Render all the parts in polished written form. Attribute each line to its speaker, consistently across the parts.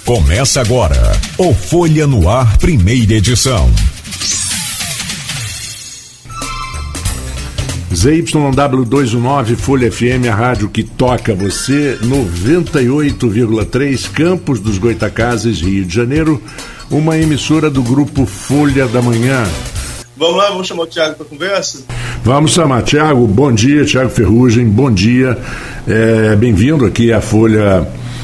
Speaker 1: Começa agora o Folha no Ar, primeira edição.
Speaker 2: ZYW219, Folha FM, a rádio que toca você, 98,3, Campos dos Goitacazes, Rio de Janeiro, uma emissora do grupo Folha da Manhã.
Speaker 3: Vamos lá, vamos chamar o Tiago para conversa?
Speaker 2: Vamos chamar. Tiago, bom dia. Tiago Ferrugem, bom dia. Bem-vindo aqui à Folha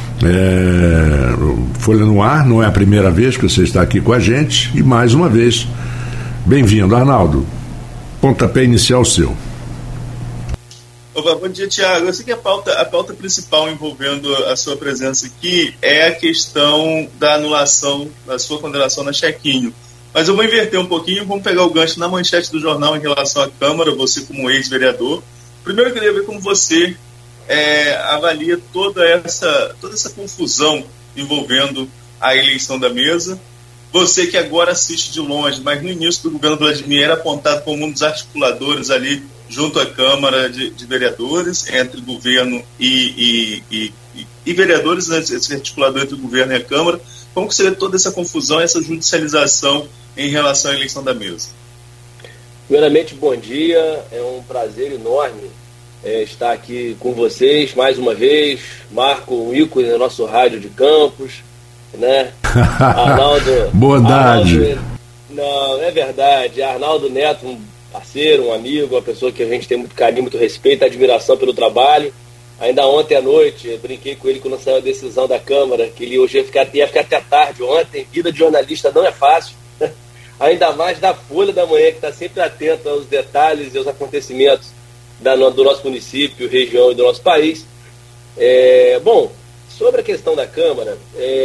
Speaker 2: no Ar. Não é a primeira vez que você está aqui com a gente. E mais uma vez, bem-vindo. Arnaldo, pontapé inicial seu.
Speaker 3: Opa, bom dia, Tiago. Eu sei que a pauta principal envolvendo a sua presença aqui é a questão da anulação da sua condenação na Chequinho. Mas eu vou inverter um pouquinho, vamos pegar o gancho na manchete do jornal em relação à Câmara, você como ex-vereador. Primeiro eu queria ver como você avalia toda essa confusão envolvendo a eleição da mesa. Você que agora assiste de longe, mas no início do governo Vladimir era apontado como um dos articuladores ali junto à Câmara de Vereadores, entre governo e vereadores, né, esse articulador entre o governo e a Câmara. Como que você vê toda essa confusão, essa judicialização em relação à eleição da mesa?
Speaker 4: Primeiramente, bom dia. É um prazer enorme estar aqui com vocês mais uma vez. Marco, um ícone do nosso rádio de Campos, né? Arnaldo.
Speaker 2: Bondade.
Speaker 4: Não, é verdade. Arnaldo Neto, um parceiro, um amigo, uma pessoa que a gente tem muito carinho, muito respeito, admiração pelo trabalho. Ainda ontem à noite, eu brinquei com ele quando saiu a decisão da Câmara, que ele hoje ia ficar até tarde ontem. Vida de jornalista não é fácil, ainda mais da Folha da Manhã, que está sempre atenta aos detalhes e aos acontecimentos do nosso município, região e do nosso país. Bom, sobre a questão da Câmara,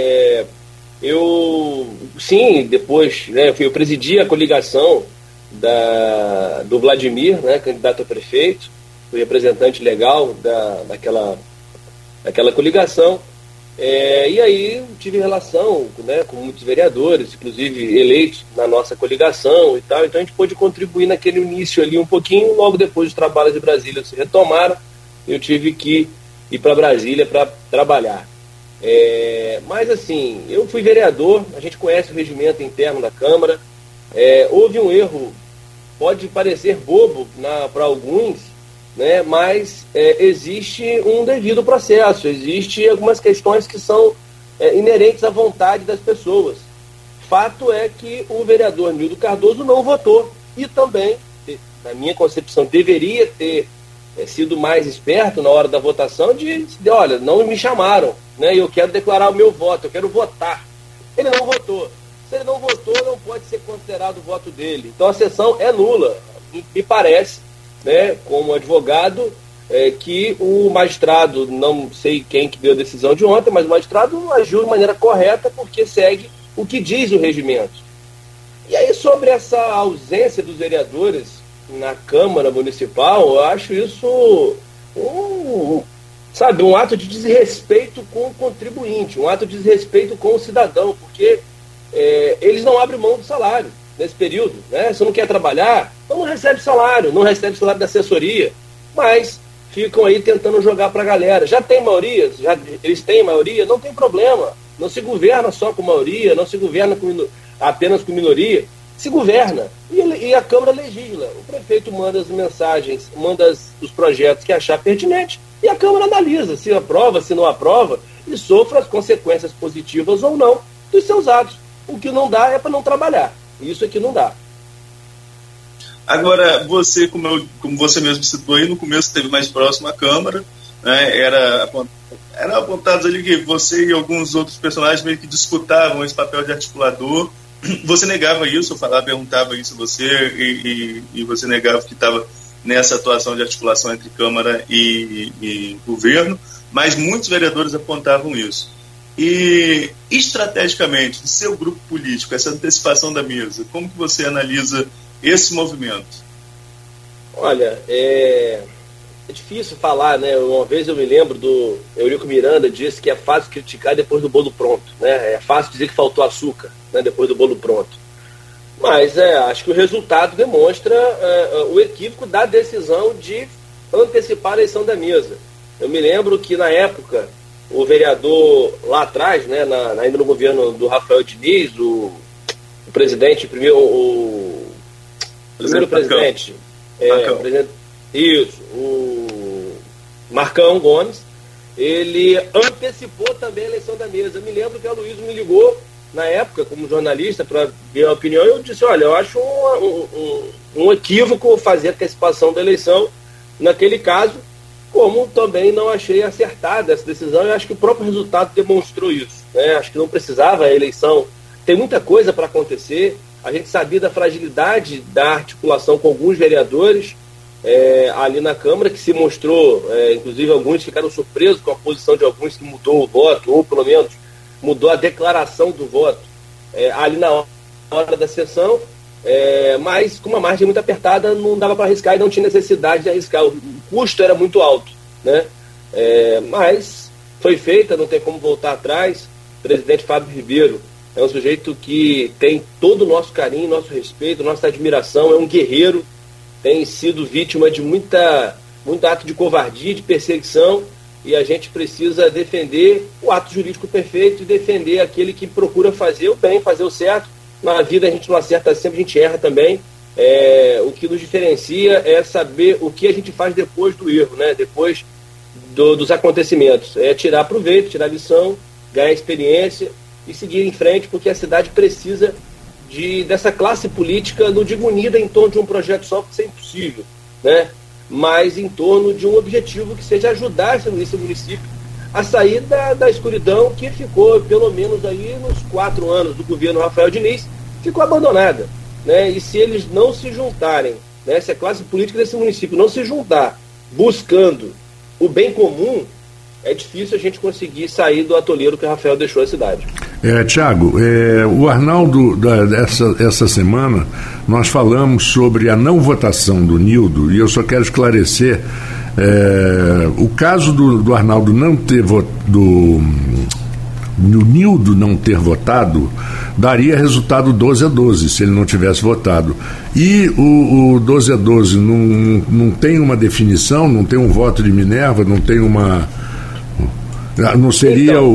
Speaker 4: depois, né, eu presidi a coligação do Vladimir, né, candidato a prefeito, fui representante legal daquela coligação, e aí tive relação, né, com muitos vereadores, inclusive eleitos na nossa coligação e tal, então a gente pôde contribuir naquele início ali um pouquinho. Logo depois os trabalhos de Brasília se retomaram, eu tive que ir para Brasília para trabalhar. Mas assim, eu fui vereador, a gente conhece o regimento interno da Câmara, houve um erro, pode parecer bobo para alguns, né, mas existe um devido processo, existe algumas questões que são inerentes à vontade das pessoas. Fato é que o vereador Nildo Cardoso não votou e também, na minha concepção, deveria ter sido mais esperto na hora da votação de olha, não me chamaram, né, eu quero declarar o meu voto, eu quero votar. Ele não votou. Se ele não votou, não pode ser considerado o voto dele. Então a sessão é nula. Me parece, né, como advogado, que o magistrado, não sei quem que deu a decisão de ontem, mas o magistrado agiu de maneira correta porque segue o que diz o regimento. E aí, sobre essa ausência dos vereadores na Câmara Municipal, eu acho isso um ato de desrespeito com o contribuinte, um ato de desrespeito com o cidadão, porque eles não abrem mão do salário nesse período, né? Se não quer trabalhar, então não recebe salário da assessoria, mas ficam aí tentando jogar para a galera. Já tem maioria, eles têm maioria, não tem problema, não se governa só com maioria, não se governa apenas com minoria, se governa e a Câmara legisla. O prefeito manda as mensagens, manda os projetos que achar pertinente e a Câmara analisa se aprova, se não aprova e sofre as consequências positivas ou não dos seus atos. O que não dá é para não trabalhar. Isso aqui não dá.
Speaker 3: Agora, você, como você mesmo citou aí, no começo esteve mais próximo à Câmara, né, eram apontados ali que você e alguns outros personagens meio que disputavam esse papel de articulador. Você negava isso, eu perguntava isso a você, e você negava que estava nessa atuação de articulação entre Câmara e governo, mas muitos vereadores apontavam isso. E, estrategicamente, do seu grupo político, essa antecipação da mesa, como que você analisa esse movimento?
Speaker 4: Olha, é difícil falar, né? Uma vez eu me lembro do Eurico Miranda, disse que é fácil criticar depois do bolo pronto, né? É fácil dizer que faltou açúcar, né, depois do bolo pronto. Mas acho que o resultado demonstra o equívoco da decisão de antecipar a eleição da mesa. Eu me lembro que na época o vereador lá atrás, né, ainda no governo do Rafael Diniz, o presidente, o primeiro presidente, o Marcão Gomes, ele antecipou também a eleição da mesa. Eu me lembro que a Luísa me ligou na época como jornalista para ver a opinião, e eu disse, olha, eu acho um equívoco fazer a antecipação da eleição naquele caso, como também não achei acertada essa decisão. Eu acho que o próprio resultado demonstrou isso, né? Acho que não precisava a eleição, tem muita coisa para acontecer. A gente sabia da fragilidade da articulação com alguns vereadores ali na Câmara, que se mostrou, inclusive alguns ficaram surpresos com a posição de alguns, que mudou o voto, ou pelo menos mudou a declaração do voto ali na hora da sessão, mas com uma margem muito apertada não dava para arriscar e não tinha necessidade de arriscar, o custo era muito alto, né? Mas foi feita, não tem como voltar atrás. O presidente Fábio Ribeiro é um sujeito que tem todo o nosso carinho, nosso respeito, nossa admiração, é um guerreiro, tem sido vítima de muito ato de covardia, de perseguição, e a gente precisa defender o ato jurídico perfeito e defender aquele que procura fazer o bem, fazer o certo. Na vida a gente não acerta sempre, a gente erra também. O que nos diferencia é saber o que a gente faz depois do erro, né? Depois dos acontecimentos. É tirar proveito, tirar lição, ganhar experiência e seguir em frente, porque a cidade precisa dessa classe política, não digo unida em torno de um projeto só, porque isso é impossível, né? Mas em torno de um objetivo que seja ajudar esse município a sair da escuridão que ficou, pelo menos aí nos 4 anos do governo Rafael Diniz, ficou abandonada, né? E se eles não se juntarem, né, se a classe política desse município não se juntar buscando o bem comum, é difícil a gente conseguir sair do atoleiro que o Rafael deixou a cidade.
Speaker 2: Tiago, o Arnaldo, essa semana, nós falamos sobre a não votação do Nildo, e eu só quero esclarecer, o caso do Arnaldo não ter do Nildo não ter votado, daria resultado 12-12, se ele não tivesse votado. E o 12-12 não tem uma definição, não tem um voto de Minerva, não tem uma... Não seria então,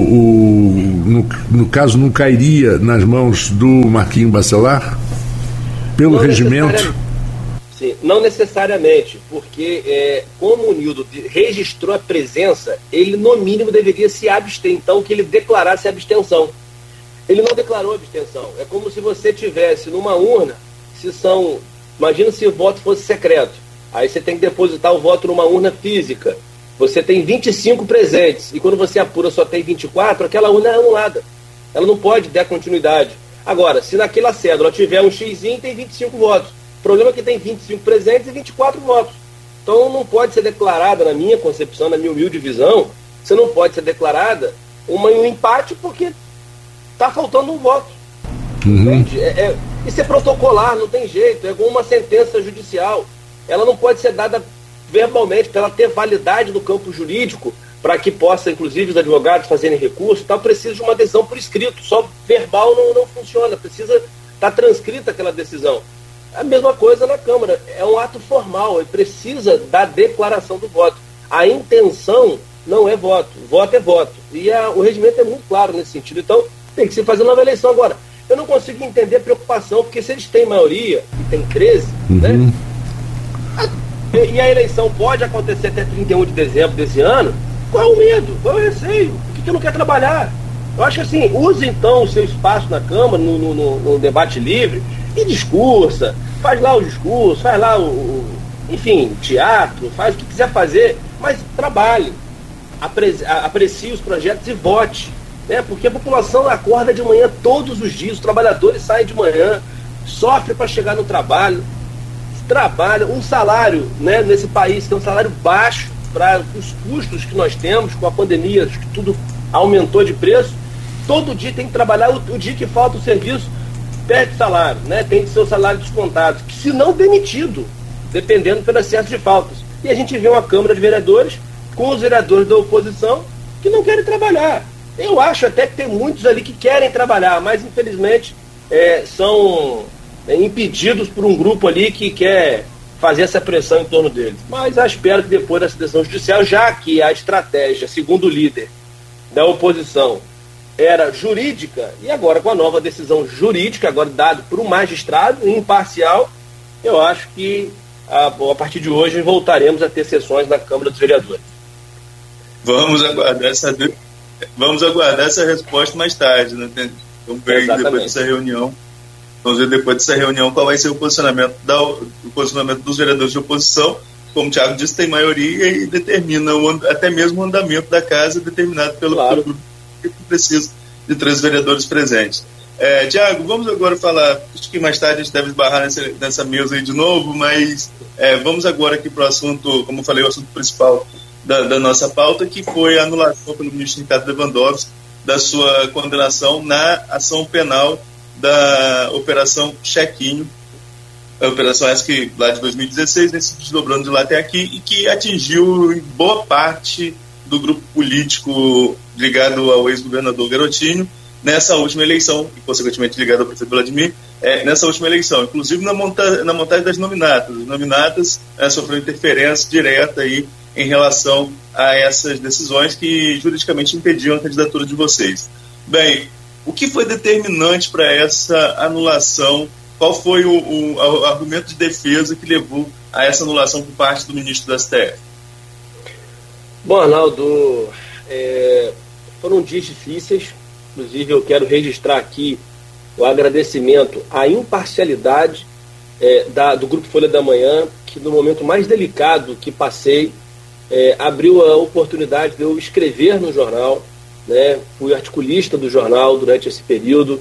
Speaker 2: no caso, não cairia nas mãos do Marquinhos Bacelar? Pelo regimento?
Speaker 4: Sim, não necessariamente, porque como o Nildo registrou a presença, ele no mínimo deveria se abster, então que ele declarasse a abstenção. Ele não declarou a abstenção. É como se você tivesse numa urna, imagina se o voto fosse secreto, aí você tem que depositar o voto numa urna física. Você tem 25 presentes, e quando você apura só tem 24, aquela urna é anulada. Ela não pode dar continuidade. Agora, se naquela cédula tiver um xizinho, tem 25 votos. O problema é que tem 25 presentes e 24 votos. Então não pode ser declarada, na minha concepção, na minha humilde visão, você não pode ser declarada um empate porque está faltando um voto. Entende? Isso é protocolar, não tem jeito. É como uma sentença judicial. Ela não pode ser dada verbalmente, para ela ter validade no campo jurídico, para que possa, inclusive, os advogados fazerem recurso, precisa de uma decisão por escrito. Só verbal não funciona, precisa estar transcrita aquela decisão. A mesma coisa na Câmara, é um ato formal, precisa da declaração do voto. A intenção não é voto é voto. E o regimento é muito claro nesse sentido, então tem que se fazer nova eleição. Agora, eu não consigo entender a preocupação, porque se eles têm maioria, e tem 13, né? E a eleição pode acontecer até 31 de dezembro desse ano, qual é o medo? Qual é o receio? Por que não quer trabalhar? Eu acho que assim, use então o seu espaço na Câmara, no debate livre, e discursa, faz lá o discurso, faz lá enfim, teatro, faz o que quiser fazer, mas trabalhe, aprecie os projetos e vote, né? Porque a população acorda de manhã todos os dias, os trabalhadores saem de manhã, sofrem para chegar no trabalho, trabalham, um salário, né, nesse país que é um salário baixo para os custos que nós temos com a pandemia, que tudo aumentou de preço. Todo dia tem que trabalhar, o dia que falta o serviço perde salário, né? Tem que ser o salário descontado, se não demitido, dependendo pelo excesso de faltas. E a gente vê uma Câmara de Vereadores com os vereadores da oposição que não querem trabalhar. Eu acho até que tem muitos ali que querem trabalhar, mas infelizmente são impedidos por um grupo ali que quer fazer essa pressão em torno deles. Mas eu espero que depois dessa decisão judicial, já que a estratégia, segundo o líder, da oposição era jurídica, e agora com a nova decisão jurídica, agora dada por um magistrado imparcial, eu acho que a partir de hoje voltaremos a ter sessões na Câmara dos Vereadores.
Speaker 3: Vamos aguardar essa resposta mais tarde, né? Vamos ver depois dessa reunião. Vamos ver depois dessa reunião qual vai ser o posicionamento dos vereadores de oposição. Como o Thiago disse, tem maioria e determina até mesmo o andamento da casa, determinado pelo grupo que precisa de 3 vereadores presentes. Thiago, vamos agora falar, acho que mais tarde a gente deve esbarrar nessa mesa aí de novo, mas vamos agora aqui para o assunto, como eu falei, o assunto principal da nossa pauta, que foi a anulação pelo ministro Ricardo Lewandowski da sua condenação na ação penal da Operação Chequinho, a operação essa que lá de 2016 vem se desdobrando de lá até aqui e que atingiu em boa parte do grupo político ligado ao ex-governador Garotinho nessa última eleição, e consequentemente ligado ao prefeito Vladimir, nessa última eleição, inclusive na montagem das nominatas. As nominatas sofreram interferência direta aí em relação a essas decisões que juridicamente impediam a candidatura de vocês. Bem, o que foi determinante para essa anulação? Qual foi o argumento de defesa que levou a essa anulação por parte do ministro do STF?
Speaker 4: Bom, Arnaldo, foram dias difíceis. Inclusive, eu quero registrar aqui o agradecimento à imparcialidade do Grupo Folha da Manhã, que no momento mais delicado que passei, abriu a oportunidade de eu escrever no jornal, né? Fui articulista do jornal durante esse período.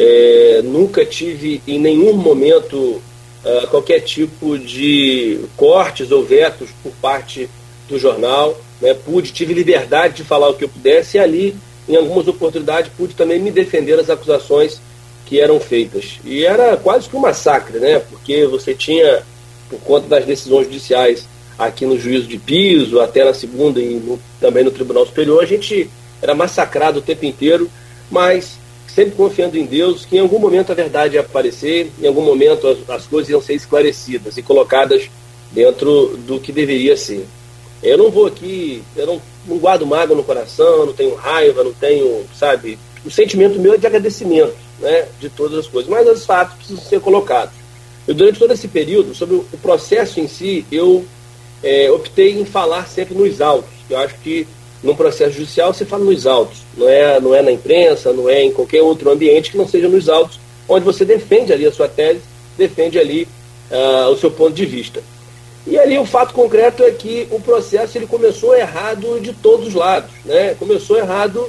Speaker 4: Nunca tive em nenhum momento qualquer tipo de cortes ou vetos por parte do jornal, né? Tive liberdade de falar o que eu pudesse, e ali, em algumas oportunidades, pude também me defender das acusações que eram feitas. E era quase que um massacre, né? Porque você tinha, por conta das decisões judiciais aqui no juízo de piso, até na segunda e também no Tribunal Superior, a gente era massacrado o tempo inteiro, mas sempre confiando em Deus, que em algum momento a verdade ia aparecer, em algum momento as coisas iam ser esclarecidas e colocadas dentro do que deveria ser. Eu não vou aqui, eu não guardo mágoa no coração, não tenho raiva, não tenho, sabe, o sentimento meu é de agradecimento, né, de todas as coisas, mas os fatos precisam ser colocados. Eu, durante todo esse período, sobre o processo em si, eu optei em falar sempre nos autos. Eu acho que num processo judicial você fala nos autos, não é na imprensa, não é em qualquer outro ambiente que não seja nos autos, onde você defende ali a sua tese, defende ali o seu ponto de vista. E ali o fato concreto é que o processo ele começou errado de todos os lados, né? Começou errado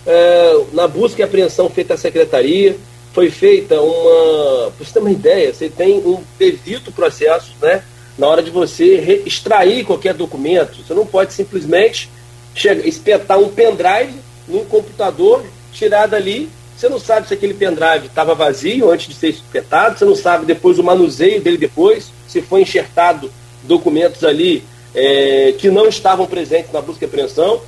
Speaker 4: na busca e apreensão feita à secretaria, foi feita para você ter uma ideia, você tem um devido processo, né? Na hora de você extrair qualquer documento, você não pode simplesmente espetar um pendrive num computador, tirar dali, você não sabe se aquele pendrive estava vazio antes de ser espetado, você não sabe depois o manuseio dele depois, se foi enxertado documentos ali que não estavam presentes na busca e apreensão.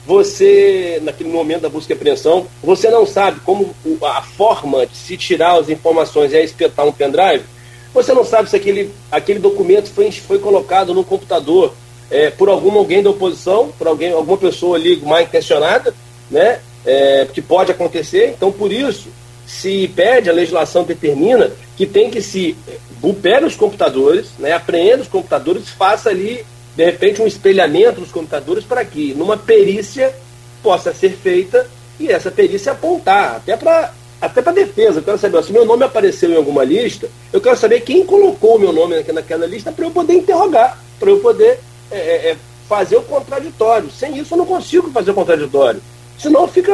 Speaker 4: Você, naquele momento da busca e apreensão, você não sabe como a forma de se tirar as informações é espetar um pendrive, você não sabe se aquele documento foi colocado no computador por alguém da oposição, por alguma pessoa ali mal intencionada, né? Que pode acontecer. Então, por isso, se pede, a legislação determina que tem que se pega os computadores, né, apreenda os computadores, faça ali, de repente, um espelhamento dos computadores para que, numa perícia, possa ser feita e essa perícia apontar, até para defesa. Eu quero saber, se meu nome apareceu em alguma lista, eu quero saber quem colocou o meu nome naquela lista para eu poder interrogar, para eu poder fazer o contraditório. Sem isso eu não consigo fazer o contraditório. Senão fica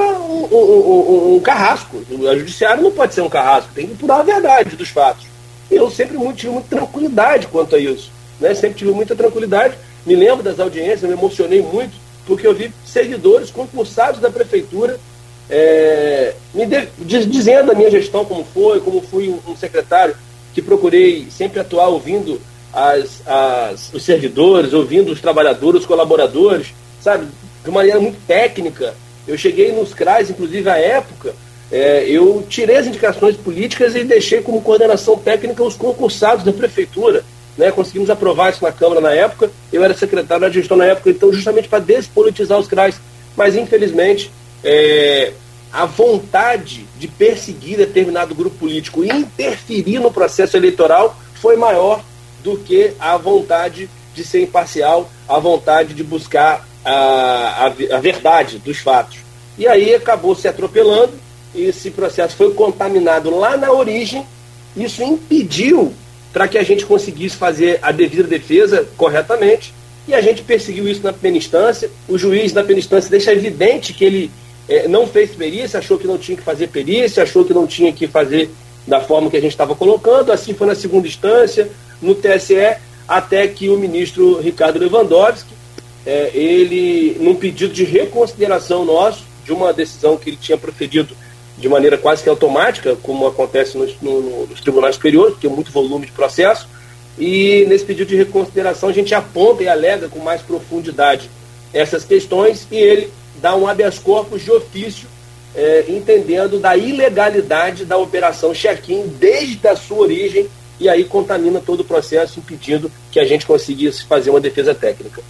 Speaker 4: um carrasco. O judiciário não pode ser um carrasco, tem que apurar a verdade dos fatos. E eu sempre tive muita tranquilidade quanto a isso, né? Sempre tive muita tranquilidade. Me lembro das audiências, eu me emocionei muito, porque eu vi servidores concursados da prefeitura dizendo da minha gestão como fui um secretário que procurei sempre atuar ouvindo os servidores, ouvindo os trabalhadores, os colaboradores, sabe, de maneira muito técnica. Eu cheguei nos CRAs, inclusive à época, eu tirei as indicações políticas e deixei como coordenação técnica os concursados da prefeitura, né? Conseguimos aprovar isso na Câmara na época, eu era secretário da gestão na época, então justamente para despolitizar os CRAs, mas infelizmente a vontade de perseguir determinado grupo político e interferir no processo eleitoral foi maior do que a vontade de ser imparcial, a vontade de buscar a verdade dos fatos. E aí acabou se atropelando, esse processo foi contaminado lá na origem, isso impediu para que a gente conseguisse fazer a devida defesa corretamente, e a gente perseguiu isso na primeira instância. O juiz na primeira instância deixa evidente que ele não fez perícia, achou que não tinha que fazer perícia, achou que não tinha que fazer da forma que a gente estava colocando. Assim foi na segunda instância, no TSE, até que o ministro Ricardo Lewandowski, ele, num pedido de reconsideração nosso, de uma decisão que ele tinha proferido de maneira quase que automática, como acontece nos tribunais superiores, porque é muito volume de processo, e nesse pedido de reconsideração a gente aponta e alega com mais profundidade essas questões, e ele dá um habeas corpus de ofício, entendendo da ilegalidade da operação check-in desde a sua origem, e aí contamina todo o processo, impedindo que a gente conseguisse fazer uma defesa técnica.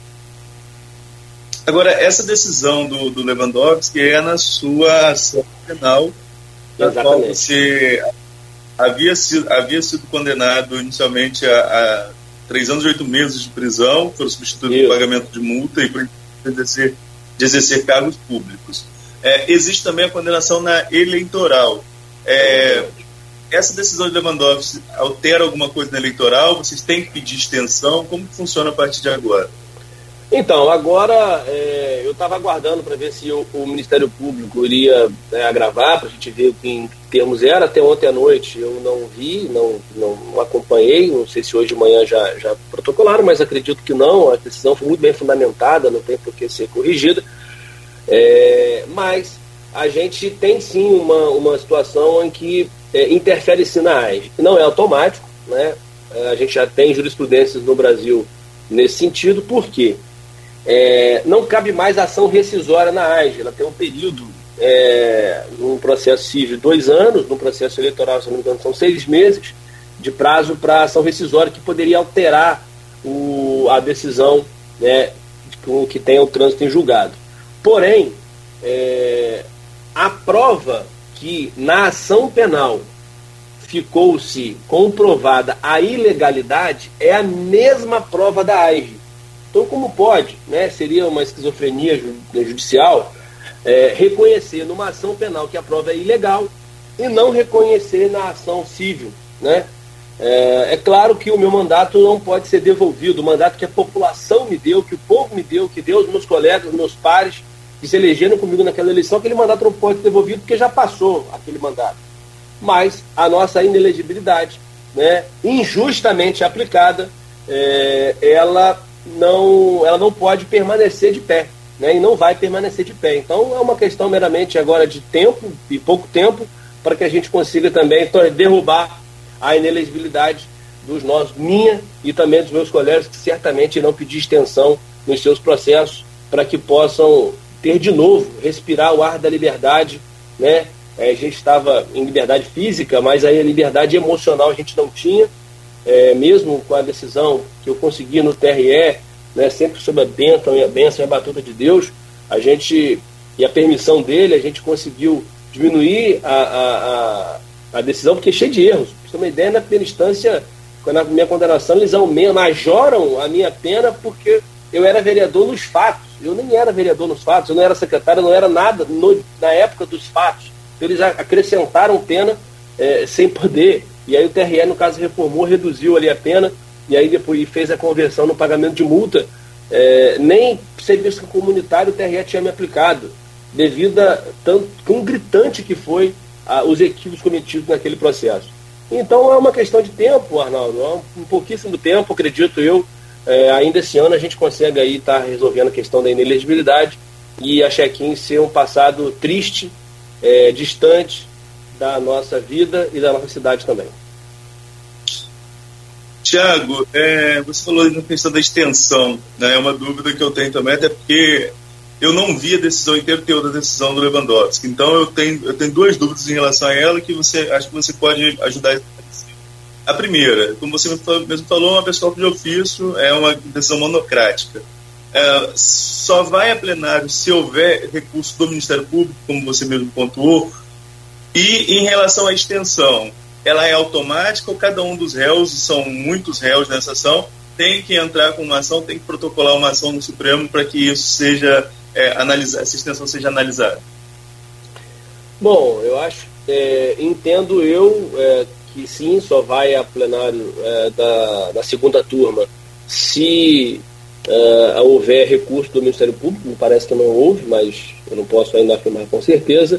Speaker 3: Agora, essa decisão do Lewandowski é na sua ação penal, na qual você havia sido condenado inicialmente a 3 anos e 8 meses de prisão, foram substituídos por pagamento de multa e por de exercer cargos públicos. Existe também a condenação na eleitoral. Essa decisão de Lewandowski altera alguma coisa na eleitoral? Vocês têm que pedir extensão? Como que funciona a partir de agora?
Speaker 4: Então, agora eu estava aguardando para ver se o Ministério Público iria agravar, para a gente ver em que termos era. Até ontem à noite eu não vi, não acompanhei, não sei se hoje de manhã já protocolaram, mas acredito que não. A decisão foi muito bem fundamentada, não tem por que ser corrigida. Mas a gente tem sim uma situação em que interfere-se na AIGE. Não é automático, né? A gente já tem jurisprudências no Brasil nesse sentido. Por quê? Não cabe mais ação rescisória na AIGE. Ela tem um período, num processo civil, 2 anos, no processo eleitoral, se não me engano, são 6 meses de prazo para ação rescisória, que poderia alterar a decisão, né, que tenha o trânsito em julgado. Porém, a prova que na ação penal ficou-se comprovada a ilegalidade é a mesma prova da AIGE. Então, como pode, né, seria uma esquizofrenia judicial, reconhecer numa ação penal que a prova é ilegal e não reconhecer na ação civil, né? É claro que o meu mandato não pode ser devolvido, o mandato que a população me deu, que o povo me deu, que deu os meus colegas, os meus pares, que se elegeram comigo naquela eleição, aquele mandato não pode ser devolvido porque já passou aquele mandato. Mas a nossa inelegibilidade, né, injustamente aplicada, ela não pode permanecer de pé, né, e não vai permanecer de pé. Então é uma questão meramente agora de tempo, e pouco tempo, para que a gente consiga também derrubar a inelegibilidade minha e também dos meus colegas, que certamente irão pedir extensão nos seus processos para que possam ter de novo, respirar o ar da liberdade, né? A gente estava em liberdade física, mas aí a liberdade emocional a gente não tinha, mesmo com a decisão que eu consegui no TRE, né, sempre sob a bênção e a batuta de Deus, e a permissão dele, a gente conseguiu diminuir a decisão, porque é cheia de erros. Pra você ter uma ideia, na primeira instância, na minha condenação, eles majoram a minha pena porque eu era vereador nos fatos. Eu nem era vereador nos fatos, eu não era secretário, eu não era nada na época dos fatos. Eles acrescentaram pena sem poder. E aí o TRE, no caso, reformou, reduziu ali a pena, e aí depois fez a conversão no pagamento de multa. Nem serviço comunitário o TRE tinha me aplicado, devido a tão gritante que foi os equívocos cometidos naquele processo. Então é uma questão de tempo, Arnaldo, um pouquíssimo tempo, acredito eu. Ainda esse ano a gente consegue aí estar resolvendo a questão da inelegibilidade e a check-in ser um passado triste, distante da nossa vida e da nossa cidade também.
Speaker 3: Tiago, você falou na questão da extensão, né? É uma dúvida que eu tenho também, até porque eu não vi a decisão inteira, o teor da decisão do Lewandowski. Então eu tenho 2 dúvidas em relação a ela que acho que você pode ajudar a esclarecer. A primeira, como você mesmo falou, uma pessoa de ofício é uma decisão monocrática. só vai a plenário se houver recurso do Ministério Público, como você mesmo pontuou, e em relação à extensão, ela é automática ou cada um dos réus, são muitos réus nessa ação, tem que entrar com uma ação, tem que protocolar uma ação no Supremo para que isso seja analisado, essa extensão seja analisada?
Speaker 4: Bom, eu acho, entendo eu que sim, só vai a plenário da segunda turma se houver recurso do Ministério Público. Me parece que não houve, mas eu não posso ainda afirmar com certeza.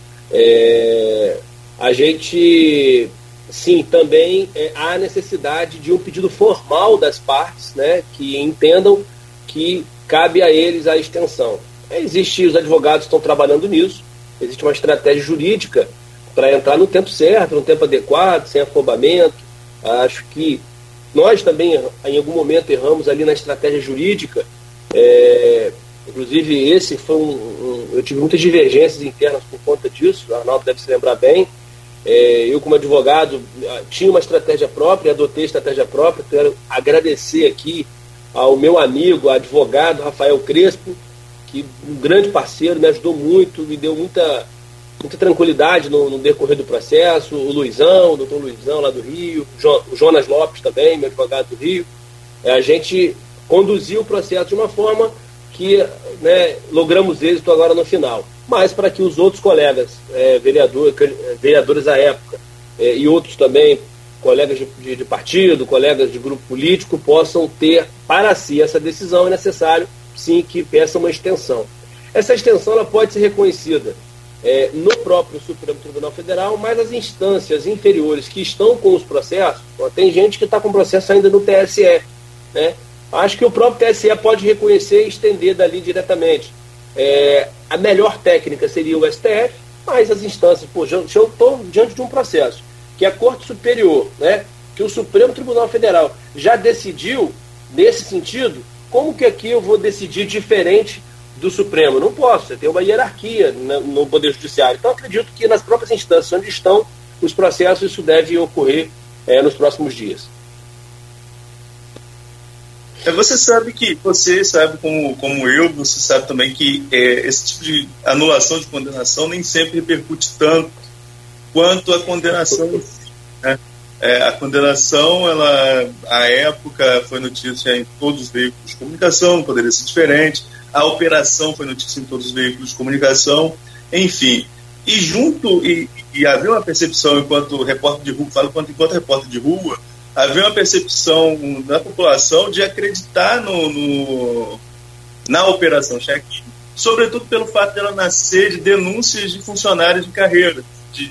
Speaker 4: A gente, sim, também há necessidade de um pedido formal das partes, né, que entendam que cabe a eles a extensão. Os advogados estão trabalhando nisso, existe uma estratégia jurídica para entrar no tempo certo, no tempo adequado, sem afobamento. Acho que nós também, em algum momento, erramos ali na estratégia jurídica. Inclusive, esse foi eu tive muitas divergências internas por conta disso, o Arnaldo deve se lembrar bem. Eu, como advogado, tinha uma estratégia própria, adotei a estratégia própria. Quero agradecer aqui ao meu amigo, advogado Rafael Crespo, que um grande parceiro, me ajudou muito, me deu muita tranquilidade no decorrer do processo. O Luizão, o doutor Luizão lá do Rio, o Jonas Lopes também, meu advogado do Rio. A gente conduziu o processo de uma forma que, né, logramos êxito agora no final. Mas para que os outros colegas, vereadores à época, e outros também, colegas de partido, colegas de grupo político, possam ter para si essa decisão, é necessário, sim, que peça uma extensão. Essa extensão ela pode ser reconhecida no próprio Supremo Tribunal Federal, mas as instâncias inferiores que estão com os processos, tem gente que está com processo ainda no TSE, né? Acho que o próprio TSE pode reconhecer e estender dali diretamente. A melhor técnica seria o STF, mas as instâncias, se eu estou diante de um processo que a Corte Superior, né, que o Supremo Tribunal Federal já decidiu nesse sentido, como que aqui eu vou decidir diferente do Supremo? Não posso, você tem uma hierarquia no Poder Judiciário. Então acredito que nas próprias instâncias onde estão os processos, isso deve ocorrer nos próximos dias.
Speaker 3: Você sabe como eu, você sabe também que esse tipo de anulação de condenação nem sempre repercute tanto quanto a condenação, né? A condenação, à época, foi notícia em todos os veículos de comunicação, não poderia ser diferente. A operação foi notícia em todos os veículos de comunicação, enfim. E havia uma percepção, enquanto repórter de rua, enquanto repórter de rua, havia uma percepção da população de acreditar na Operação Check-in, sobretudo pelo fato de ela nascer de denúncias de funcionários de carreira,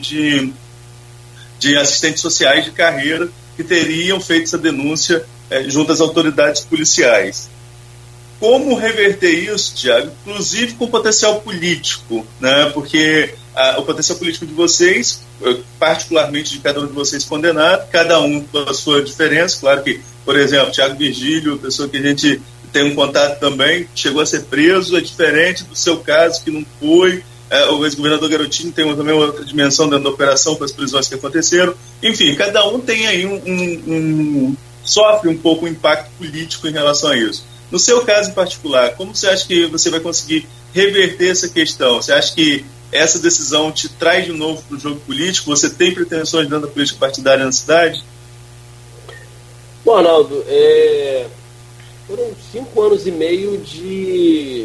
Speaker 3: de assistentes sociais de carreira que teriam feito essa denúncia junto às autoridades policiais. Como reverter isso, Tiago? Inclusive com potencial político, né? Porque o potencial político de vocês, particularmente de cada um de vocês condenado, cada um com a sua diferença. Claro que, por exemplo, Tiago Virgílio, pessoa que a gente tem um contato também, chegou a ser preso, é diferente do seu caso, que não foi. O ex-governador Garotinho tem também outra dimensão dentro da operação com as prisões que aconteceram. Enfim, cada um tem aí sofre um pouco o impacto político em relação a isso. No seu caso em particular, como você acha que você vai conseguir reverter essa questão? Você acha que essa decisão te traz de novo para o jogo político? Você tem pretensões dentro da política partidária na cidade?
Speaker 4: Bom, Arnaldo, foram 5 anos e meio de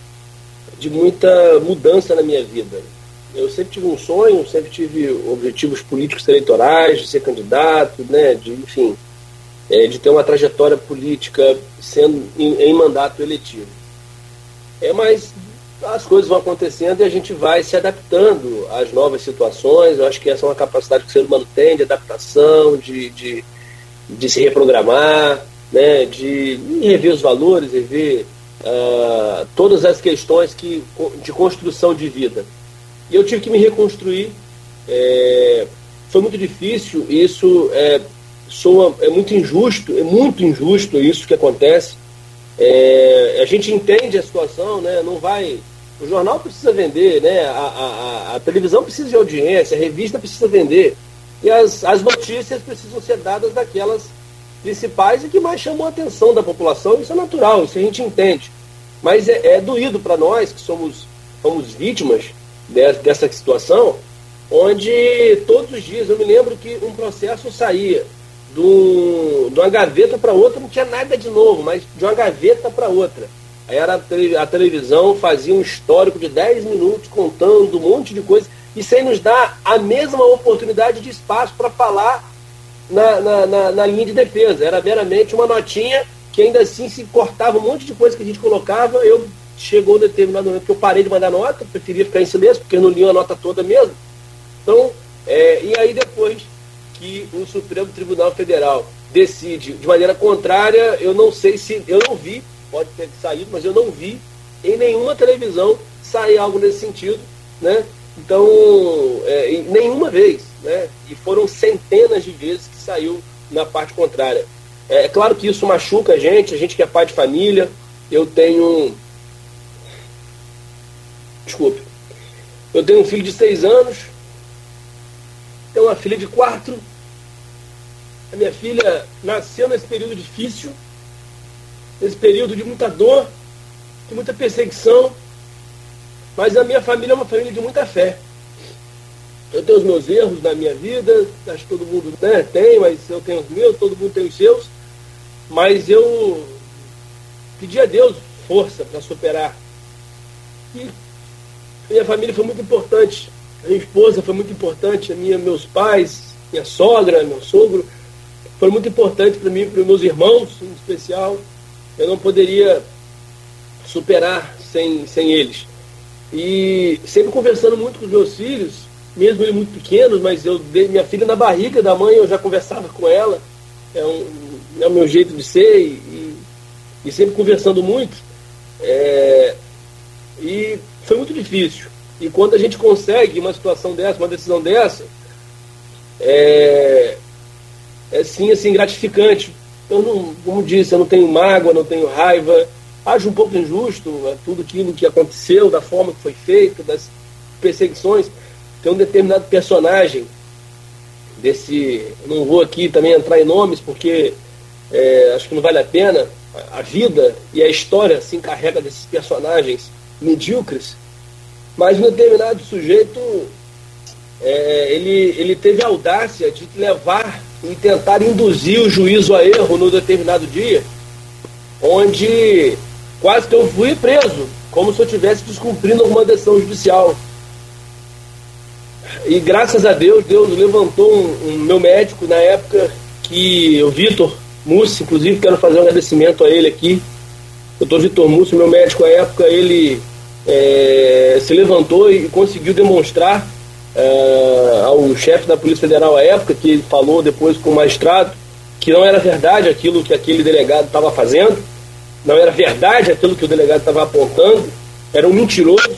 Speaker 4: muita mudança na minha vida. Eu sempre tive um sonho, sempre tive objetivos políticos eleitorais, de ser candidato, né, enfim, de ter uma trajetória política sendo em mandato eletivo. Mas as coisas vão acontecendo e a gente vai se adaptando às novas situações. Eu acho que essa é uma capacidade que o ser humano tem, de adaptação, de se reprogramar, né, de rever os valores, rever todas as questões de construção de vida. E eu tive que me reconstruir. Foi muito difícil, isso é muito injusto isso que acontece. A gente entende a situação, né? Não vai. O jornal precisa vender, né? A televisão precisa de audiência, a revista precisa vender. E as notícias precisam ser dadas daquelas principais e que mais chamam a atenção da população. Isso é natural, isso a gente entende. Mas é doído para nós que somos vítimas dessa situação, onde todos os dias, eu me lembro que um processo saía de uma gaveta para outra, não tinha nada de novo, mas de uma gaveta para outra. Aí a televisão fazia um histórico de 10 minutos contando um monte de coisa e sem nos dar a mesma oportunidade de espaço para falar na linha de defesa. Era meramente uma notinha que ainda assim se cortava um monte de coisa que a gente colocava. Chegou um determinado momento que eu parei de mandar nota, preferia ficar em silêncio, porque eu não li a nota toda mesmo. Então, e aí depois que o Supremo Tribunal Federal decide de maneira contrária, eu não sei se, eu não vi, pode ter saído, mas eu não vi em nenhuma televisão sair algo nesse sentido, né? Então, nenhuma vez, né? E foram centenas de vezes que saiu na parte contrária. É claro que isso machuca a gente que é pai de família. Eu tenho um filho de 6 anos, tenho uma filha de 4. A minha filha nasceu nesse período difícil, nesse período de muita dor, de muita perseguição, mas a minha família é uma família de muita fé. Eu tenho os meus erros na minha vida, acho que todo mundo tem, mas eu tenho os meus, todo mundo tem os seus, mas eu pedi a Deus força para superar. E minha família foi muito importante, a minha esposa foi muito importante, meus pais, minha sogra, meu sogro, foi muito importante para mim, para os meus irmãos em especial. Eu não poderia superar sem eles. E sempre conversando muito com os meus filhos, mesmo eles muito pequenos, mas minha filha na barriga da mãe, eu já conversava com ela, é o meu jeito de ser, e sempre conversando muito. E foi muito difícil. E quando a gente consegue uma situação dessa, uma decisão dessa, sim, assim, gratificante. Eu não, como disse, eu não tenho mágoa, não tenho raiva. Acho um pouco injusto tudo aquilo que aconteceu, da forma que foi feito, das perseguições. Tem um determinado personagem não vou aqui também entrar em nomes, porque acho que não vale a pena. A vida e a história se encarrega desses personagens medíocres, mas um determinado sujeito, ele teve a audácia de levar e tentar induzir o juízo a erro no determinado dia, onde quase que eu fui preso, como se eu estivesse descumprindo alguma decisão judicial. E graças a Deus, Deus levantou um meu médico na época, o Vitor Mussi, inclusive quero fazer um agradecimento a ele aqui. O Dr. Vitor Mussi, meu médico à época, ele se levantou e conseguiu demonstrar ao chefe da Polícia Federal à época, que ele falou depois com o magistrado, que não era verdade aquilo que aquele delegado estava fazendo, não era verdade aquilo que o delegado estava apontando, era um mentiroso,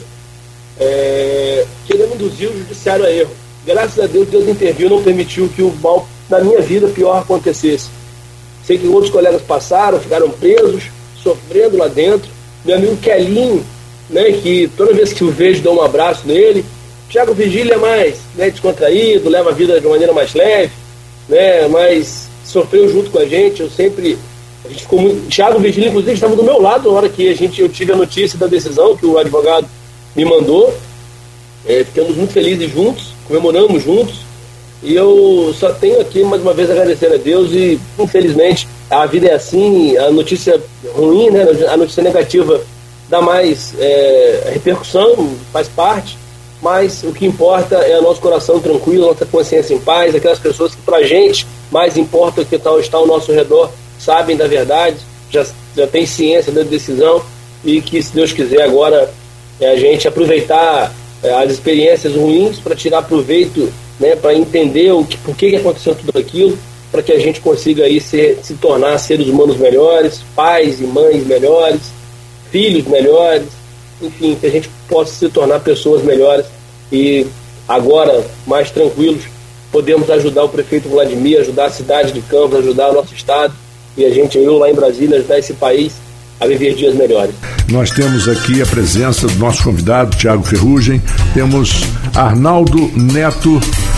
Speaker 4: que ele induziu o judiciário a erro. Graças a Deus, Deus interviu, não permitiu que o mal na minha vida pior acontecesse. Sei que outros colegas passaram, ficaram presos, sofrendo lá dentro. Meu amigo Kelinho, né, que toda vez que eu vejo dou um abraço nele. Thiago Vigília é mais descontraído, leva a vida de uma maneira mais leve, né, mas sofreu junto com a gente. A gente ficou muito. Thiago Vigília, inclusive, estava do meu lado na hora que eu tive a notícia da decisão que o advogado me mandou. Ficamos muito felizes juntos, comemoramos juntos, e eu só tenho aqui mais uma vez agradecer a Deus. E infelizmente a vida é assim, a notícia ruim, né, a notícia negativa dá mais repercussão, faz parte, mas o que importa é o nosso coração tranquilo, nossa consciência em paz, aquelas pessoas que pra gente mais importa o que está ao nosso redor, sabem da verdade, já tem ciência da decisão, e que, se Deus quiser, agora a gente aproveitar as experiências ruins para tirar proveito, né, para entender por que aconteceu tudo aquilo, para que a gente consiga aí se tornar seres humanos melhores, pais e mães melhores, filhos melhores, enfim, que a gente possa se tornar pessoas melhores. E agora, mais tranquilos, podemos ajudar o prefeito Vladimir, ajudar a cidade de Campos, ajudar o nosso estado, e eu lá em Brasília, ajudar esse país a viver dias melhores.
Speaker 2: Nós temos aqui a presença do nosso convidado, Thiago Ferrugem, temos Arnaldo Neto.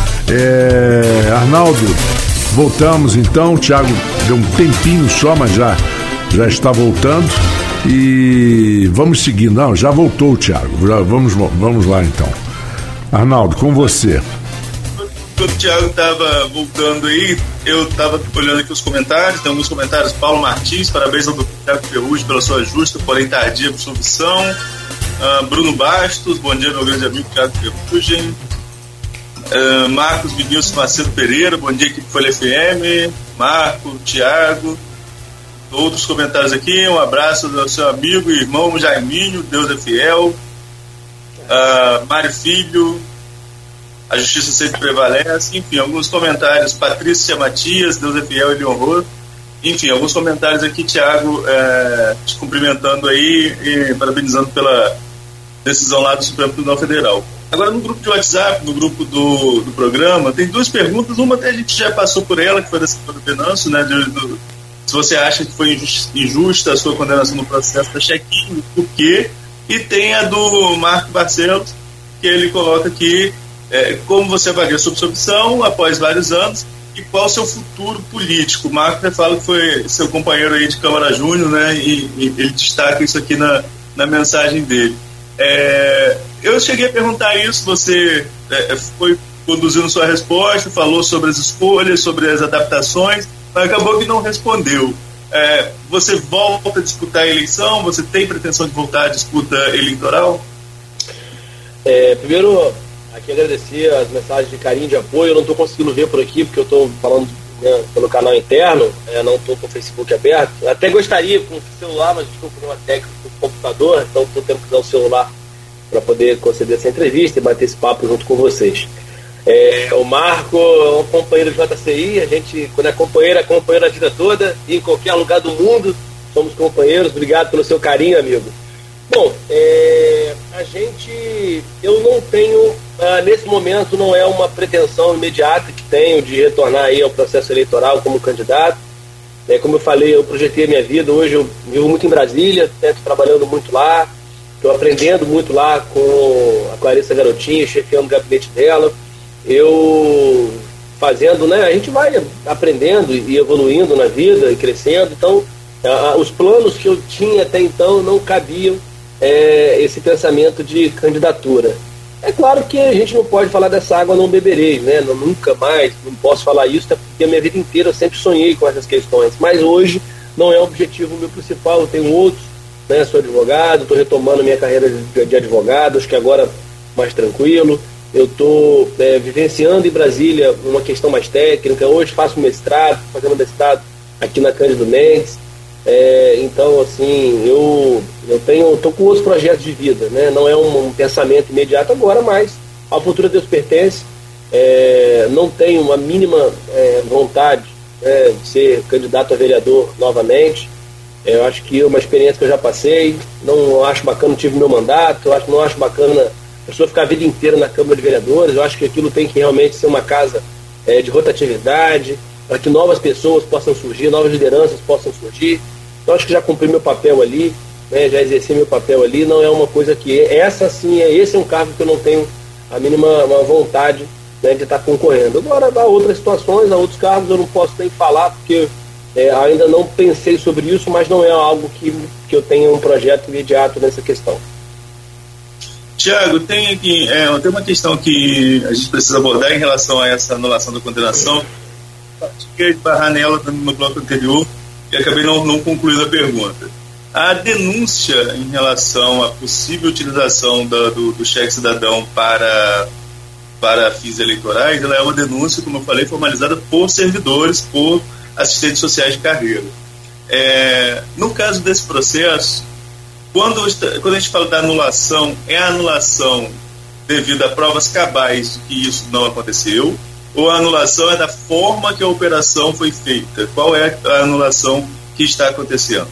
Speaker 2: Arnaldo, voltamos então. O Thiago deu um tempinho só, mas já está voltando. E vamos seguir. Não, já voltou o Thiago. Vamos lá então. Arnaldo, com você.
Speaker 3: Quando o Thiago estava voltando aí, eu estava olhando aqui os comentários. Tem alguns comentários. Paulo Martins, parabéns ao Dr. Thiago Ferrugem pela sua justa, porém tardia absolvição. Bruno Bastos, bom dia, meu grande amigo Thiago Ferrugem. Marcos Vinícius Macedo Pereira, bom dia, equipe Folha FM. Marco, Thiago. Outros comentários aqui, um abraço ao seu amigo e irmão Jaiminho, Deus é fiel. Mário Filho, a justiça sempre prevalece. Enfim, alguns comentários. Patrícia Matias, Deus é fiel, ele honrou. Enfim, alguns comentários aqui, Thiago, te cumprimentando aí e parabenizando pela decisão lá do Supremo Tribunal Federal. Agora, no grupo de WhatsApp, no grupo do programa, tem duas perguntas. Uma até a gente já passou por ela, que foi da senhora Venâncio, né, se você acha que foi injusta a sua condenação no processo da Chequinho, por quê? E tem a do Marco Barcelos, que ele coloca aqui como você avalia a sua absolvição após vários anos e qual o seu futuro político. O Marco fala que foi seu companheiro aí de Câmara Júnior, né, e ele destaca isso aqui na mensagem dele. Eu cheguei a perguntar isso, você foi conduzindo sua resposta, falou sobre as escolhas, sobre as adaptações, mas acabou que não respondeu. Você volta a disputar a eleição? Você tem pretensão de voltar à disputa eleitoral?
Speaker 4: Primeiro, aqui agradecer as mensagens de carinho, de apoio. Eu não estou conseguindo ver por aqui, porque eu estou falando pelo canal interno, não estou com o Facebook aberto. Eu até gostaria com o celular, mas estou com uma técnica com o computador, então estou tendo que usar o celular para poder conceder essa entrevista e bater esse papo junto com vocês. O Marco é um companheiro do JCI, a gente, quando é companheiro a vida toda, e em qualquer lugar do mundo somos companheiros. Obrigado pelo seu carinho, amigo. Bom, eu não tenho, nesse momento não é uma pretensão imediata que tenho de retornar aí ao processo eleitoral como candidato. Como eu falei, eu projetei a minha vida, hoje eu vivo muito em Brasília, estou trabalhando muito lá, estou aprendendo muito lá com a Clarissa Garotinho, chefiando o gabinete dela. Eu fazendo, a gente vai aprendendo e evoluindo na vida e crescendo, então os planos que eu tinha até então não cabiam esse pensamento de candidatura. É claro que a gente não pode falar dessa água não beberei, nunca mais, não posso falar isso, até porque a minha vida inteira eu sempre sonhei com essas questões, mas hoje não é o objetivo meu principal, eu tenho outros, sou advogado, estou retomando minha carreira de advogado, acho que agora mais tranquilo. Eu estou vivenciando em Brasília uma questão mais técnica. Hoje faço mestrado, fazendo mestrado aqui na Cândido Mendes. Então, assim, eu estou com outros projetos de vida, Não é um pensamento imediato agora, mas ao futuro a Deus pertence. Não tenho uma mínima vontade de ser candidato a vereador novamente. Eu acho que é uma experiência que eu já passei. Não acho bacana, não tive meu mandato. Não acho bacana a pessoa ficar a vida inteira na Câmara de Vereadores. Eu acho que aquilo tem que realmente ser uma casa de rotatividade, para que novas pessoas possam surgir, novas lideranças possam surgir. Então acho que já cumpri meu papel ali, já exerci meu papel ali. Não é uma coisa que esse é um cargo que eu não tenho a mínima vontade de estar concorrendo. Agora, há outras situações, há outros cargos, eu não posso nem falar, porque ainda não pensei sobre isso, mas não é algo que eu tenha um projeto imediato nessa questão.
Speaker 3: Tiago, tem uma questão que a gente precisa abordar em relação a essa anulação da condenação. Fiquei de barrar nela no bloco anterior e acabei não concluindo a pergunta. A denúncia em relação à possível utilização do cheque cidadão para fins eleitorais, ela é uma denúncia, como eu falei, formalizada por servidores, por assistentes sociais de carreira. No caso desse processo, quando a gente fala da anulação, é a anulação devido a provas cabais de que isso não aconteceu, ou a anulação é da forma que a operação foi feita? Qual é a anulação que está acontecendo?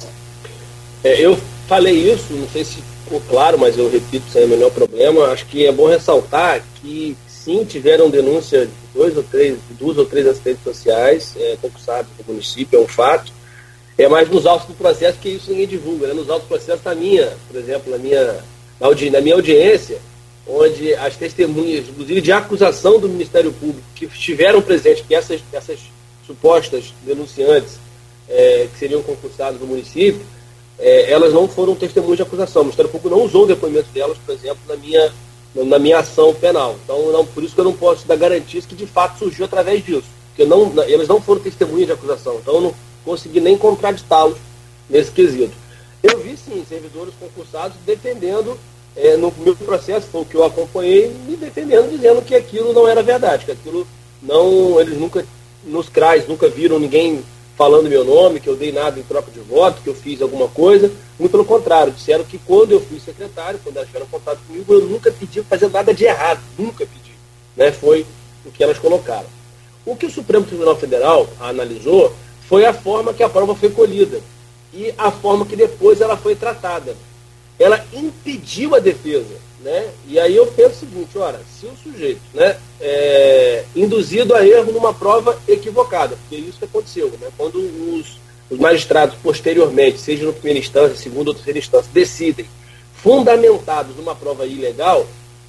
Speaker 4: Eu falei isso, não sei se ficou claro, mas eu repito sem o menor problema. Acho que é bom ressaltar que sim, tiveram denúncia de duas ou três assistentes sociais concursados do município, é um fato. Mas nos autos do processo, que isso ninguém divulga, Nos autos do processo, por exemplo, na minha audiência, onde as testemunhas, inclusive de acusação do Ministério Público, que estiveram presentes, que essas supostas denunciantes que seriam concursados no município, elas não foram testemunhas de acusação. O Ministério Público não usou o depoimento delas, por exemplo, na minha ação penal. Então, por isso que eu não posso dar garantias que de fato surgiu através disso. Porque elas não foram testemunhas de acusação. Então, eu não consegui nem contraditá-los nesse quesito. Eu vi, sim, servidores concursados defendendo, no meu processo, foi o que eu acompanhei, me defendendo, dizendo que aquilo não era verdade, que aquilo não, eles nunca, nos CRAs, nunca viram ninguém falando meu nome, que eu dei nada em troca de voto, que eu fiz alguma coisa. Muito pelo contrário, disseram que quando eu fui secretário, quando elas tiveram contato comigo, eu nunca pedi para fazer nada de errado, nunca pedi. Né? Foi o que elas colocaram. O que o Supremo Tribunal Federal analisou foi a forma que a prova foi colhida e a forma que depois ela foi tratada. Ela impediu a defesa, né? E aí eu penso o seguinte, ora, se o sujeito, né, induzido a erro numa prova equivocada, porque é isso que aconteceu, né? Quando os magistrados posteriormente, seja na primeira instância, segunda ou terceira instância, decidem, fundamentados numa prova ilegal,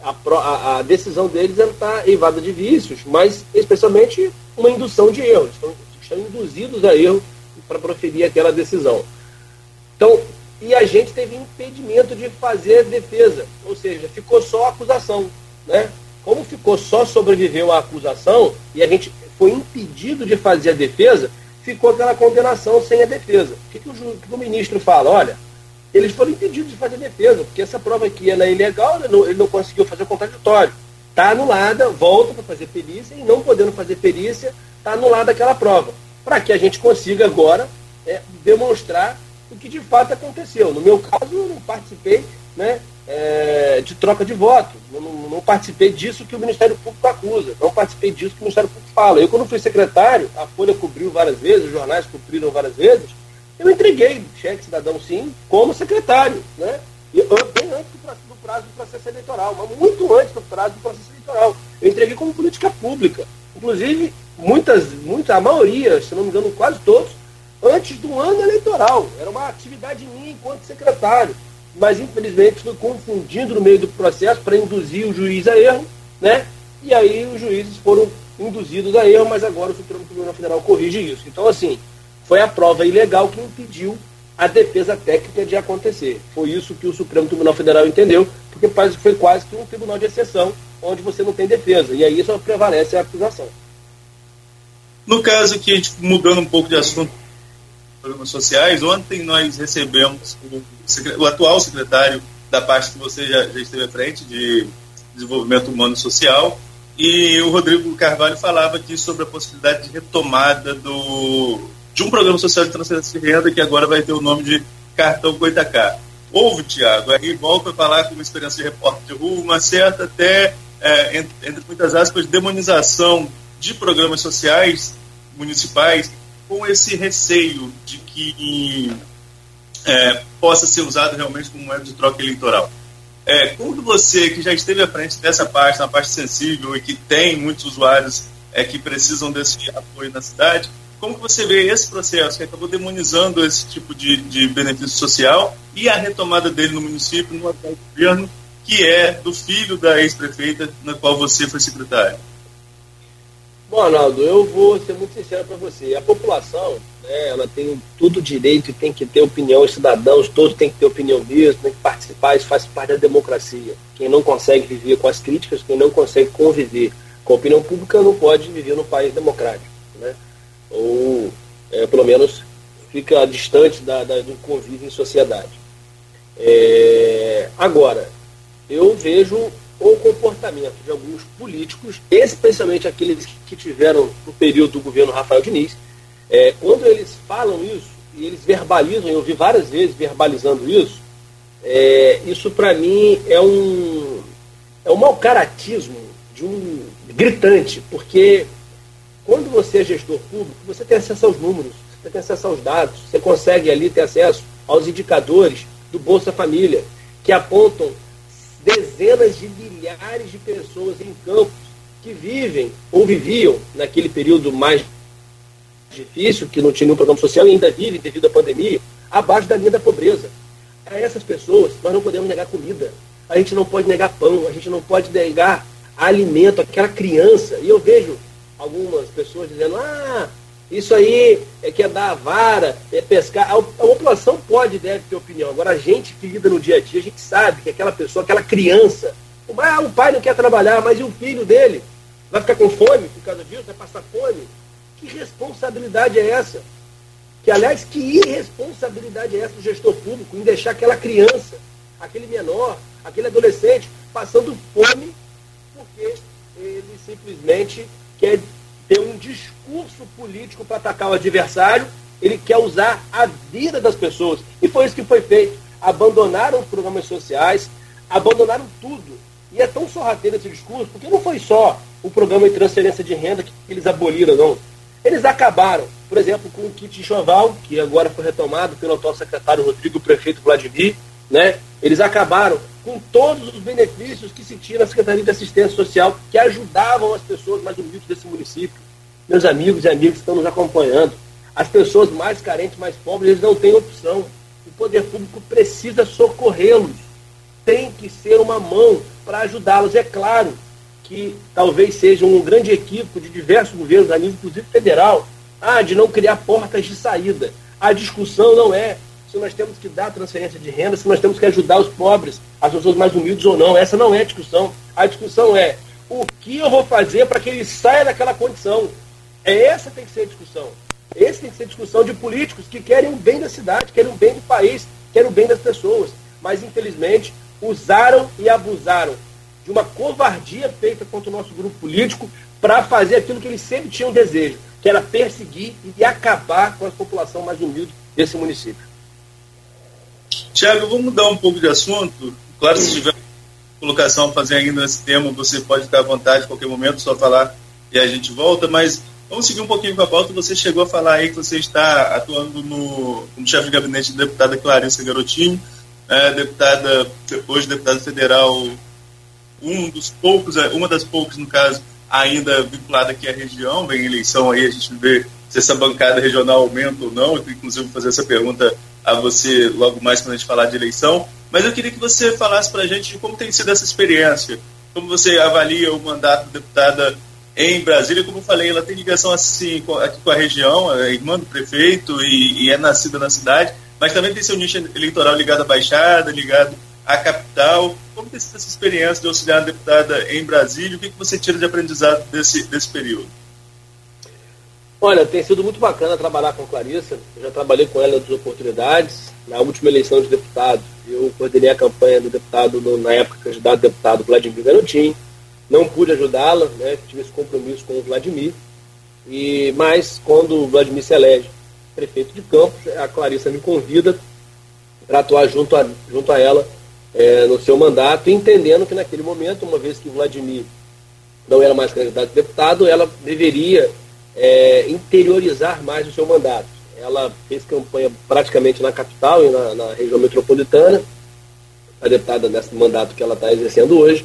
Speaker 4: a decisão deles está eivada de vícios, mas especialmente uma indução de erro. Estão induzidos a erro para proferir aquela decisão. Então, e a gente teve impedimento de fazer defesa, ou seja, ficou só a acusação, né? Como ficou só sobreviveu a acusação e a gente foi impedido de fazer a defesa, ficou aquela condenação sem a defesa. O que o ministro fala? Olha, eles foram impedidos de fazer defesa, porque essa prova aqui ela é ilegal, ele não conseguiu fazer o contraditório. Está anulada, volta para fazer perícia, e não podendo fazer perícia, está anulada aquela prova. Para que a gente consiga agora demonstrar o que de fato aconteceu. No meu caso, eu não participei, né, de troca de voto. Não participei disso que o Ministério Público acusa. Não participei disso que o Ministério Público fala. Eu, quando fui secretário, a Folha cobriu várias vezes, os jornais cobriram várias vezes, eu entreguei cheque cidadão sim como secretário, né? E bem antes do prazo do processo eleitoral, mas muito antes do prazo do processo eleitoral. Eu entreguei como política pública. Inclusive, a maioria, se não me engano, quase todos, antes do ano eleitoral. Era uma atividade minha enquanto secretário. Mas, infelizmente, fui confundindo no meio do processo para induzir o juiz a erro, né? E aí os juízes foram induzidos a erro, mas agora o Supremo Tribunal Federal corrige isso. Então, assim, foi a prova ilegal que impediu a defesa técnica de acontecer. Foi isso que o Supremo Tribunal Federal entendeu, porque foi quase que um tribunal de exceção, onde você não tem defesa. E aí só prevalece a acusação.
Speaker 3: No caso aqui, mudando um pouco de assunto, programas sociais, ontem nós recebemos o atual secretário da parte que você já esteve à frente, de Desenvolvimento Humano e Social, e o Rodrigo Carvalho falava aqui sobre a possibilidade de retomada de um programa social de transferência de renda que agora vai ter o nome de Cartão Goitacá. Houve, Tiago, aí volta a falar com uma experiência de repórter de rua, uma certa até, entre muitas aspas, demonização de programas sociais municipais, com esse receio de que possa ser usado realmente como moeda de troca eleitoral. Como você, que já esteve à frente dessa parte, na parte sensível, e que tem muitos usuários que precisam desse apoio na cidade, como que você vê esse processo que acabou demonizando esse tipo de benefício social e a retomada dele no município, no atual governo, que é do filho da ex-prefeita, na qual você foi secretário?
Speaker 4: Bom, Arnaldo, eu vou ser muito sincero para você. A população, né, ela tem todo o direito e tem que ter opinião, os cidadãos todos têm que ter opinião mesmo, tem que participar, isso faz parte da democracia. Quem não consegue viver com as críticas, quem não consegue conviver com a opinião pública, não pode viver num país democrático, né? Ou, pelo menos, fica distante do convívio em sociedade. Agora, eu vejo o comportamento de alguns políticos, especialmente aqueles que tiveram no período do governo Rafael Diniz, quando eles falam isso, e eles verbalizam, eu vi várias vezes verbalizando isso, isso para mim é um mau caratismo de um gritante, porque quando você é gestor público, você tem acesso aos números, você tem acesso aos dados, você consegue ali ter acesso aos indicadores do Bolsa Família, que apontam dezenas de milhares de pessoas em campos que vivem ou viviam naquele período mais difícil, que não tinha nenhum programa social e ainda vivem devido à pandemia, abaixo da linha da pobreza. A essas pessoas nós não podemos negar comida, a gente não pode negar pão, a gente não pode negar alimento àquela criança. E eu vejo algumas pessoas dizendo, isso aí quer dar a vara, é pescar. A população pode e deve ter opinião. Agora, a gente que lida no dia a dia, a gente sabe que aquela pessoa, aquela criança, o pai não quer trabalhar, mas e o filho dele? Vai ficar com fome por causa disso? Vai passar fome? Que responsabilidade é essa? Que irresponsabilidade é essa do gestor público em deixar aquela criança, aquele menor, aquele adolescente passando fome porque ele simplesmente quer ter um discurso político para atacar o adversário, ele quer usar a vida das pessoas. E foi isso que foi feito. Abandonaram os programas sociais, abandonaram tudo. E é tão sorrateiro esse discurso, porque não foi só o programa de transferência de renda que eles aboliram, não. Eles acabaram, por exemplo, com o kit enxoval, que agora foi retomado pelo atual secretário Rodrigo, o prefeito Vladimir, né? Eles acabaram com todos os benefícios que se tinha na Secretaria de Assistência Social, que ajudavam as pessoas mais humildes desse município. Meus amigos e amigas que estão nos acompanhando, as pessoas mais carentes, mais pobres, eles não têm opção. O poder público precisa socorrê-los. Tem que ser uma mão para ajudá-los. É claro que talvez seja um grande equívoco de diversos governos, a nível inclusive federal, de não criar portas de saída. A discussão não é se nós temos que dar transferência de renda, se nós temos que ajudar os pobres, as pessoas mais humildes ou não. Essa não é a discussão. A discussão é o que eu vou fazer para que ele saia daquela condição. Essa tem que ser a discussão. Essa tem que ser a discussão de políticos que querem o bem da cidade, querem o bem do país, querem o bem das pessoas. Mas, infelizmente, usaram e abusaram de uma covardia feita contra o nosso grupo político para fazer aquilo que eles sempre tinham desejo, que era perseguir e acabar com a população mais humilde desse município.
Speaker 3: Tiago, vamos mudar um pouco de assunto. Claro, se tiver colocação a fazer ainda nesse tema, você pode ficar à vontade a qualquer momento, só falar e a gente volta, mas vamos seguir um pouquinho com a pauta. Você chegou a falar aí que você está atuando como chefe de gabinete da deputada Clarissa Garotinho, hoje deputada federal, uma das poucas, no caso, ainda vinculada aqui à região. Vem eleição aí, a gente vê se essa bancada regional aumenta ou não. Eu queria, inclusive, fazer essa pergunta a você logo mais quando a gente falar de eleição. Mas eu queria que você falasse para a gente de como tem sido essa experiência, como você avalia o mandato da deputada em Brasília. Como eu falei, ela tem ligação assim aqui com a região, é irmã do prefeito e é nascida na cidade, mas também tem seu nicho eleitoral ligado à Baixada, ligado à capital. Como tem sido essa experiência de auxiliar a deputada em Brasília? O que você tira de aprendizado desse período?
Speaker 4: Olha, tem sido muito bacana trabalhar com a Clarissa. Eu já trabalhei com ela em outras oportunidades. Na última eleição de deputado, eu coordenei a campanha do deputado, na época, candidato a deputado Vladimir Garotinho. Não pude ajudá-la, né? Tive esse compromisso com o Vladimir. Mas, quando o Vladimir se elege prefeito de Campos, a Clarissa me convida para atuar junto a ela no seu mandato, entendendo que naquele momento, uma vez que o Vladimir não era mais candidato a deputado, ela deveria interiorizar mais o seu mandato. Ela fez campanha praticamente na capital e na região metropolitana, a deputada nesse mandato que ela está exercendo hoje,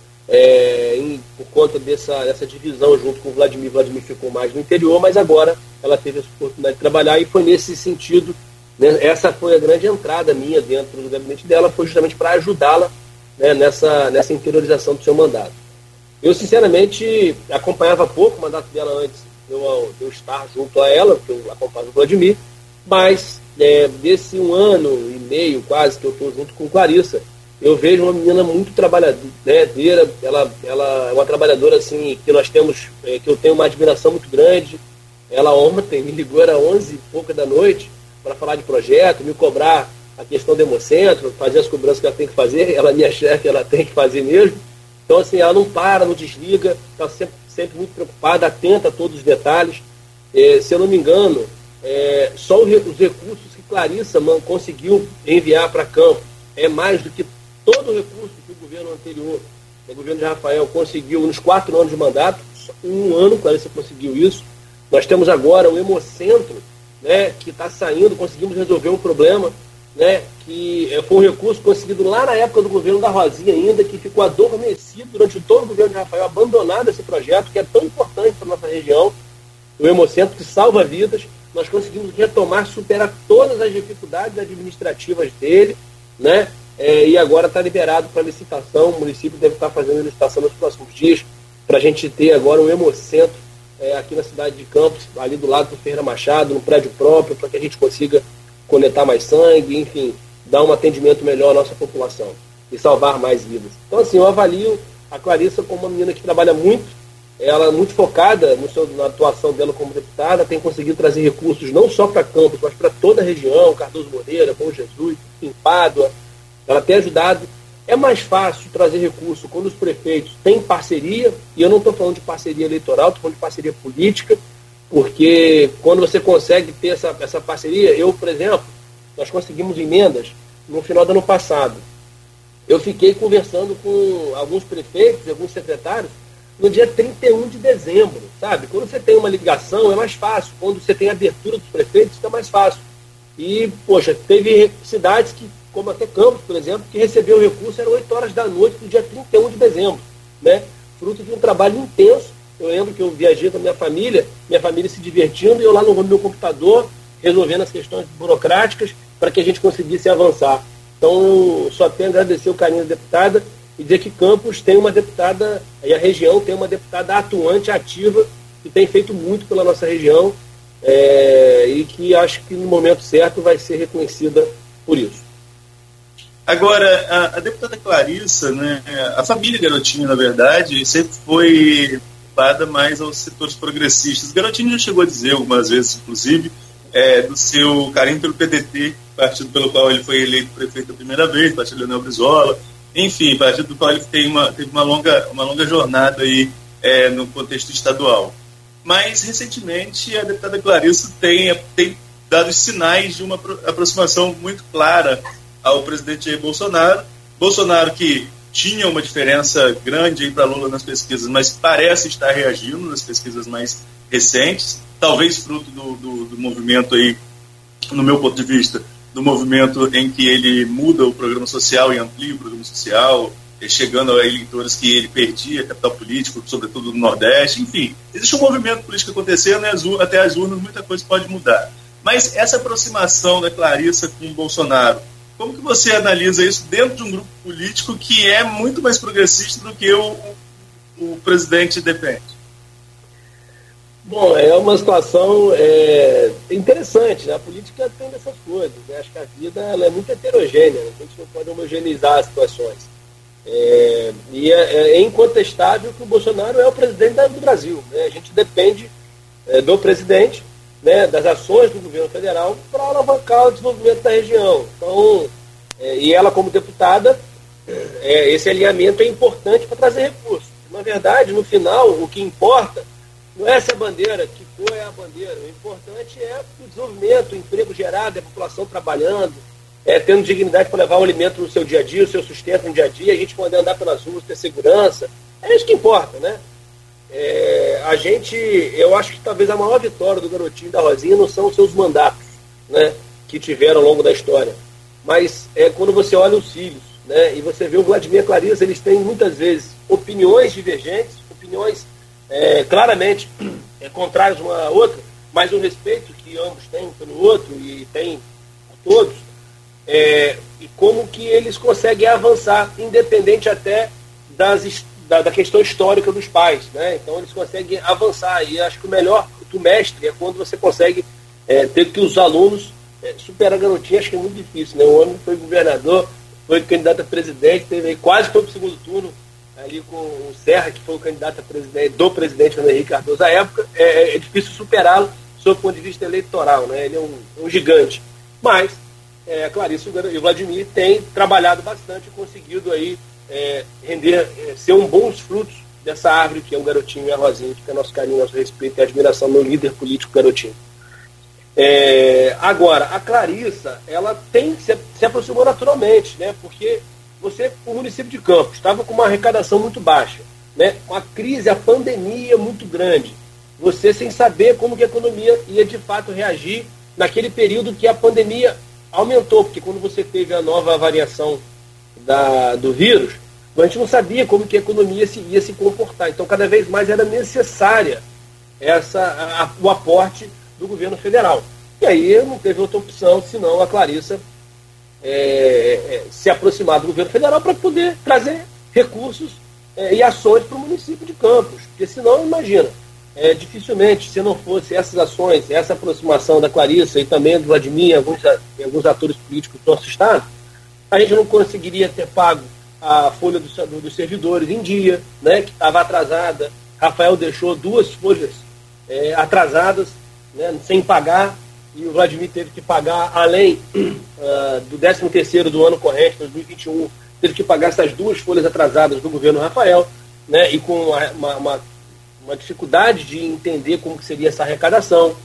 Speaker 4: por conta dessa divisão junto com o Vladimir ficou mais no interior, mas agora ela teve essa oportunidade de trabalhar e foi nesse sentido, né, essa foi a grande entrada minha dentro do gabinete dela, foi justamente para ajudá-la, né, nessa interiorização do seu mandato. Eu, sinceramente, acompanhava pouco o mandato dela antes de eu estar junto a ela, porque eu acompanho o Vladimir, mas desse 1 ano e meio quase que eu estou junto com Clarissa, eu vejo uma menina muito trabalhadeira. Ela é uma trabalhadora assim, que nós temos, que eu tenho uma admiração muito grande. Ela ontem me ligou, era 11 e pouca da noite, para falar de projeto, me cobrar a questão do Hemocentro, fazer as cobranças que ela tem que fazer. Ela é minha chefe, ela tem que fazer mesmo. Então, assim, ela não para, não desliga, está sempre muito preocupada, atenta a todos os detalhes. Se eu não me engano, só os recursos que Clarissa conseguiu enviar para Campos é mais do que todo o recurso que o governo anterior, o governo de Rafael, conseguiu nos 4 anos de mandato. Em 1 ano, Clarissa conseguiu isso. Nós temos agora o Hemocentro, né, que está saindo, conseguimos resolver um problema, né, que foi um recurso conseguido lá na época do governo da Rosinha ainda, que ficou adormecido durante todo o governo de Rafael, abandonado esse projeto, que é tão importante para a nossa região, o Hemocentro, que salva vidas. Nós conseguimos retomar, superar todas as dificuldades administrativas dele, né, e agora está liberado para licitação. O município deve estar fazendo licitação nos próximos dias, para a gente ter agora um Hemocentro aqui na cidade de Campos, ali do lado do Ferreira Machado, no prédio próprio, para que a gente consiga coletar mais sangue, enfim, dar um atendimento melhor à nossa população e salvar mais vidas. Então, assim, eu avalio a Clarissa como uma menina que trabalha muito, ela é muito focada na atuação dela como deputada, tem conseguido trazer recursos não só para Campos, mas para toda a região, Cardoso Moreira, Bom Jesus, Pádua. Ela tem ajudado. É mais fácil trazer recurso quando os prefeitos têm parceria, e eu não estou falando de parceria eleitoral, estou falando de parceria política, porque quando você consegue ter essa parceria, eu, por exemplo, nós conseguimos emendas no final do ano passado. Eu fiquei conversando com alguns prefeitos, alguns secretários, no dia 31 de dezembro, sabe? Quando você tem uma ligação é mais fácil, quando você tem a abertura dos prefeitos fica mais fácil. E, poxa, teve cidades que, como até Campos, por exemplo, que recebeu o recurso, eram 8 horas da noite do dia 31 de dezembro, né? Fruto de um trabalho intenso. Eu lembro que eu viajei com a minha família se divertindo, e eu lá no meu computador, resolvendo as questões burocráticas para que a gente conseguisse avançar. Então, só tenho a agradecer o carinho da deputada e dizer que Campos tem uma deputada, e a região tem uma deputada atuante, ativa, que tem feito muito pela nossa região, e que acho que no momento certo vai ser reconhecida por isso.
Speaker 3: Agora, a deputada Clarissa, né, a família Garotinho, na verdade, sempre foi ocupada mais aos setores progressistas. Garotinho já chegou a dizer algumas vezes, inclusive, do seu carinho pelo PDT, partido pelo qual ele foi eleito prefeito a primeira vez, partido Leonel Brizola, enfim, partido do qual ele teve uma longa jornada aí, no contexto estadual. Mas, recentemente, a deputada Clarissa tem dado sinais de uma aproximação muito clara ao presidente Jair Bolsonaro. Bolsonaro, que tinha uma diferença grande para Lula nas pesquisas, mas parece estar reagindo nas pesquisas mais recentes, talvez fruto do movimento aí, no meu ponto de vista, do movimento em que ele muda o programa social e amplia o programa social, chegando a eleitores que ele perdia, capital político, sobretudo no Nordeste, enfim. Existe um movimento político acontecendo, né? Até as urnas muita coisa pode mudar. Mas essa aproximação da Clarissa com o Bolsonaro, como que você analisa isso dentro de um grupo político que é muito mais progressista do que o presidente defende?
Speaker 4: Bom, é uma situação interessante, né? A política tem dessas coisas, né? Acho que a vida ela é muito heterogênea, né? A gente não pode homogeneizar as situações. E é incontestável que o Bolsonaro é o presidente do Brasil, né? A gente depende do presidente, né, das ações do governo federal para alavancar o desenvolvimento da região. Então, e ela como deputada, esse alinhamento é importante para trazer recursos. Na verdade, no final, o que importa não é essa bandeira, que cor é a bandeira. O importante é o desenvolvimento, o emprego gerado, a população trabalhando, tendo dignidade para levar o alimento no seu dia a dia, o seu sustento no dia a dia, a gente poder andar pelas ruas, ter segurança. É isso que importa, né? Eu acho que talvez a maior vitória do Garotinho e da Rosinha não são os seus mandatos, né, que tiveram ao longo da história, mas quando você olha os filhos, né, e você vê o Vladimir e a Clarissa, eles têm muitas vezes opiniões divergentes, opiniões claramente contrárias uma à outra, mas o respeito que ambos têm pelo outro e têm a todos, e como que eles conseguem avançar, independente até da questão histórica dos pais, né? Então eles conseguem avançar, e acho que o melhor do mestre é quando você consegue ter que os alunos superar a Garotinha. Acho que é muito difícil, né? O homem foi governador, foi candidato a presidente, quase foi para o segundo turno ali com o Serra, que foi o candidato a presidente do presidente Fernando Henrique Cardoso à época. É difícil superá-lo sob o ponto de vista eleitoral, né? Ele é um gigante, mas a Clarissa e o Vladimir têm trabalhado bastante e conseguido aí ser bons frutos dessa árvore que é o Garotinho e a Rosinha. Fica nosso carinho, nosso respeito e admiração no líder político Garotinho. Agora, a Clarissa, ela se aproximou naturalmente, né? Porque o município de Campos estava com uma arrecadação muito baixa, né? Com a crise, a pandemia muito grande. Você sem saber como que a economia ia de fato reagir naquele período que a pandemia aumentou, porque quando você teve a nova variação do vírus, a gente não sabia como que a economia ia se comportar. Então, cada vez mais era necessária o aporte do governo federal. E aí não teve outra opção, senão a Clarissa se aproximar do governo federal para poder trazer recursos e ações para o município de Campos. Porque senão, imagina, dificilmente, se não fosse essas ações, essa aproximação da Clarissa e também do Vladimir e alguns atores políticos do nosso Estado, a gente não conseguiria ter pago a folha dos servidores em dia, né, que estava atrasada. Rafael deixou 2 folhas atrasadas, né, sem pagar, e o Vladimir teve que pagar, além do 13º do ano corrente, 2021, teve que pagar essas 2 folhas atrasadas do governo Rafael, né, e com uma dificuldade de entender como que seria essa arrecadação.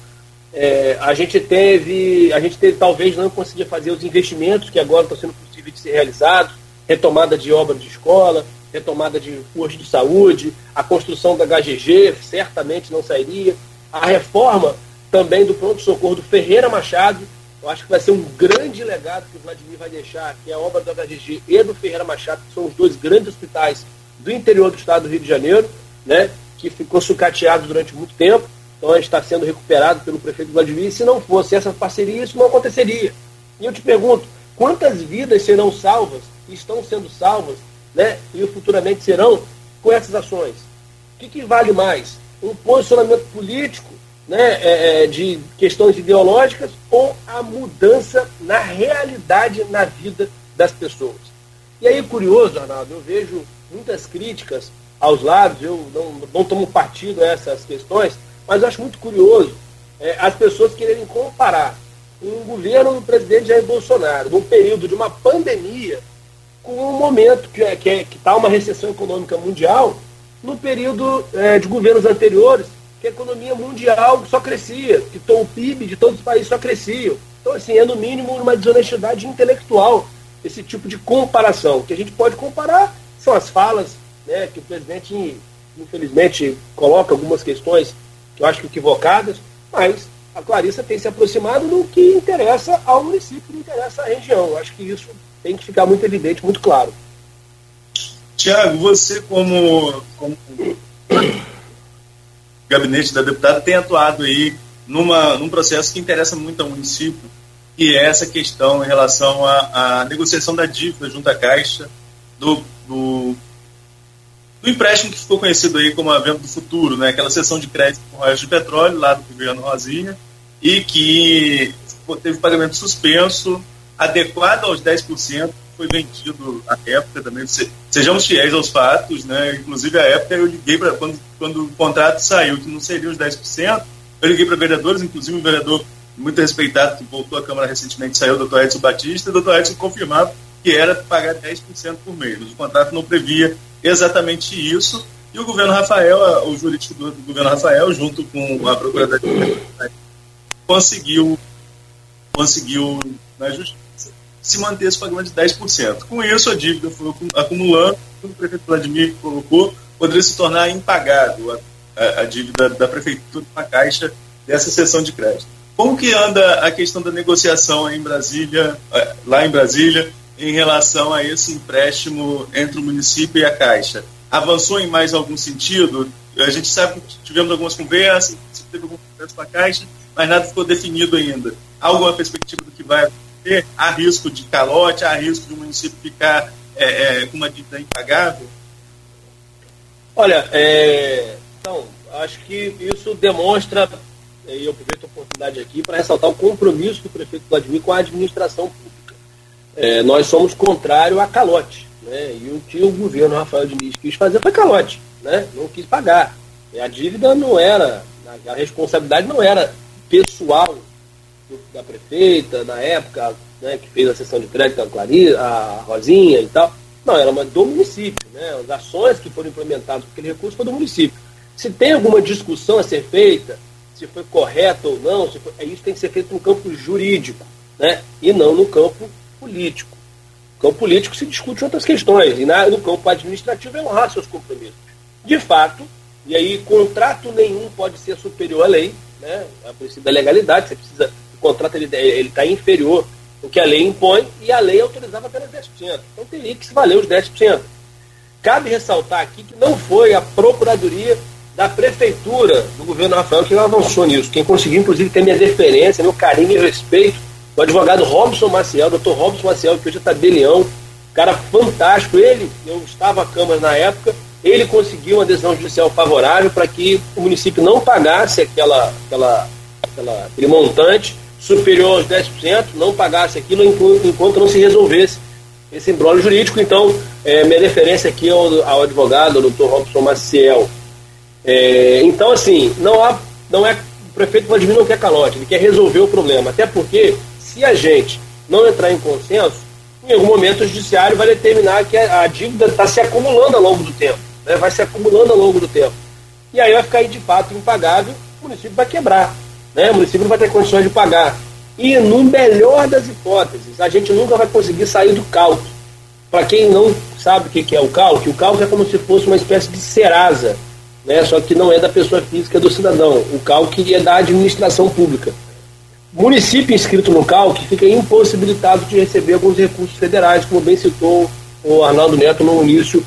Speaker 4: A gente teve, talvez não conseguia fazer os investimentos que agora estão sendo possíveis de ser realizados, retomada de obras de escola, retomada de postos de saúde, a construção da HGG certamente não sairia, a reforma também do pronto-socorro do Ferreira Machado. Eu acho que vai ser um grande legado que o Vladimir vai deixar, que é a obra da HGG e do Ferreira Machado, que são os 2 grandes hospitais do interior do estado do Rio de Janeiro, né, que ficou sucateado durante muito tempo. Então a gente está sendo recuperado pelo prefeito Vladimir, e se não fosse essa parceria, isso não aconteceria. E eu te pergunto, quantas vidas serão salvas, estão sendo salvas, né, e futuramente serão, com essas ações? O que vale mais? Um posicionamento político, né, de questões ideológicas, ou a mudança na realidade, na vida das pessoas? E aí, curioso, Arnaldo, eu vejo muitas críticas aos lados, eu não tomo partido a essas questões, mas eu acho muito curioso as pessoas quererem comparar um governo do presidente Jair Bolsonaro, num período de uma pandemia, com um momento que está uma recessão econômica mundial, no período de governos anteriores, que a economia mundial só crescia, que o PIB de todos os países só crescia. Então, assim, é no mínimo uma desonestidade intelectual esse tipo de comparação. O que a gente pode comparar são as falas, né, que o presidente, infelizmente, coloca algumas questões que eu acho equivocadas, mas a Clarissa tem se aproximado do que interessa ao município, que interessa à região. Eu acho que isso tem que ficar muito evidente, muito claro.
Speaker 3: Tiago, você como gabinete da deputada tem atuado aí num processo que interessa muito ao município, que é essa questão em relação à negociação da dívida junto à Caixa, do empréstimo que ficou conhecido aí como a Venda do Futuro, né? Aquela cessão de crédito com royalties de petróleo lá do governo Rosinha, e que teve pagamento suspenso, adequado aos 10%, foi vendido à época também. Sejamos fiéis aos fatos, né? Inclusive, à época, eu liguei para quando o contrato saiu, que não seria os 10%, eu liguei para vereadores, inclusive um vereador muito respeitado, que voltou à Câmara recentemente, saiu, o Dr. Edson Batista, e o Dr. Edson confirmava que era pagar 10% por mês. O contrato não previa exatamente isso, e o governo Rafael, o jurídico do governo Rafael, junto com a Procuradoria, conseguiu na justiça se manter esse pagamento de 10%. Com isso, a dívida foi acumulando, como o prefeito Vladimir colocou, poderia se tornar impagável a dívida da prefeitura com a Caixa dessa cessão de crédito. Como que anda a questão da negociação lá em Brasília, em relação a esse empréstimo entre o município e a Caixa? Avançou em mais algum sentido? A gente sabe que tivemos algumas conversas, teve algum conversa com a Caixa, mas nada ficou definido ainda. Há alguma perspectiva do que vai acontecer? Há risco de calote? Há risco de o município ficar com uma dívida impagável?
Speaker 4: Olha, então, acho que isso demonstra, e eu aproveito a oportunidade aqui para ressaltar o compromisso do prefeito Vladimir com a administração pública. Nós somos contrários a calote, né? E o que o governo Rafael Diniz quis fazer foi calote, né? Não quis pagar. A dívida não era, a responsabilidade não era pessoal da prefeita, na época, né, que fez a cessão de crédito, a Rosinha e tal. Não, era uma do município, né? As ações que foram implementadas com aquele recurso foi do município. Se tem alguma discussão a ser feita, se foi correto ou não, isso tem que ser feito no campo jurídico, né? E não no campo político. No campo político se discute outras questões, e no campo administrativo é honrar seus compromissos. De fato, e aí contrato nenhum pode ser superior à lei, né? A princípio da legalidade, você precisa, o contrato ele está inferior ao que a lei impõe, e a lei autorizava apenas 10%. Então teria que se valer os 10%. Cabe ressaltar aqui que não foi a Procuradoria da Prefeitura do governo Rafael que avançou nisso. Quem conseguiu, inclusive, ter minha deferência, meu carinho e respeito, o advogado Robson Maciel, doutor Robson Maciel, que hoje está de Leão, cara fantástico. Eu estava à Câmara na época, ele conseguiu uma decisão judicial favorável para que o município não pagasse aquele montante superior aos 10%, não pagasse aquilo enquanto não se resolvesse esse imbróglio jurídico. Então, minha referência aqui ao advogado, ao Dr. Robson Maciel. Então, assim, não é o prefeito Vladimir não quer calote, ele quer resolver o problema, até porque se a gente não entrar em consenso, em algum momento o judiciário vai determinar que a dívida está se acumulando ao longo do tempo, né? Vai se acumulando ao longo do tempo, e aí vai ficar de fato impagável, o município vai quebrar, né? O município não vai ter condições de pagar, e no melhor das hipóteses, a gente nunca vai conseguir sair do CALC. Para quem não sabe o que é o CALC é como se fosse uma espécie de Serasa, né? Só que não é da pessoa física, é do cidadão. O CALC é da administração pública. O município inscrito no CALC fica impossibilitado de receber alguns recursos federais, como bem citou o Arnaldo Neto no início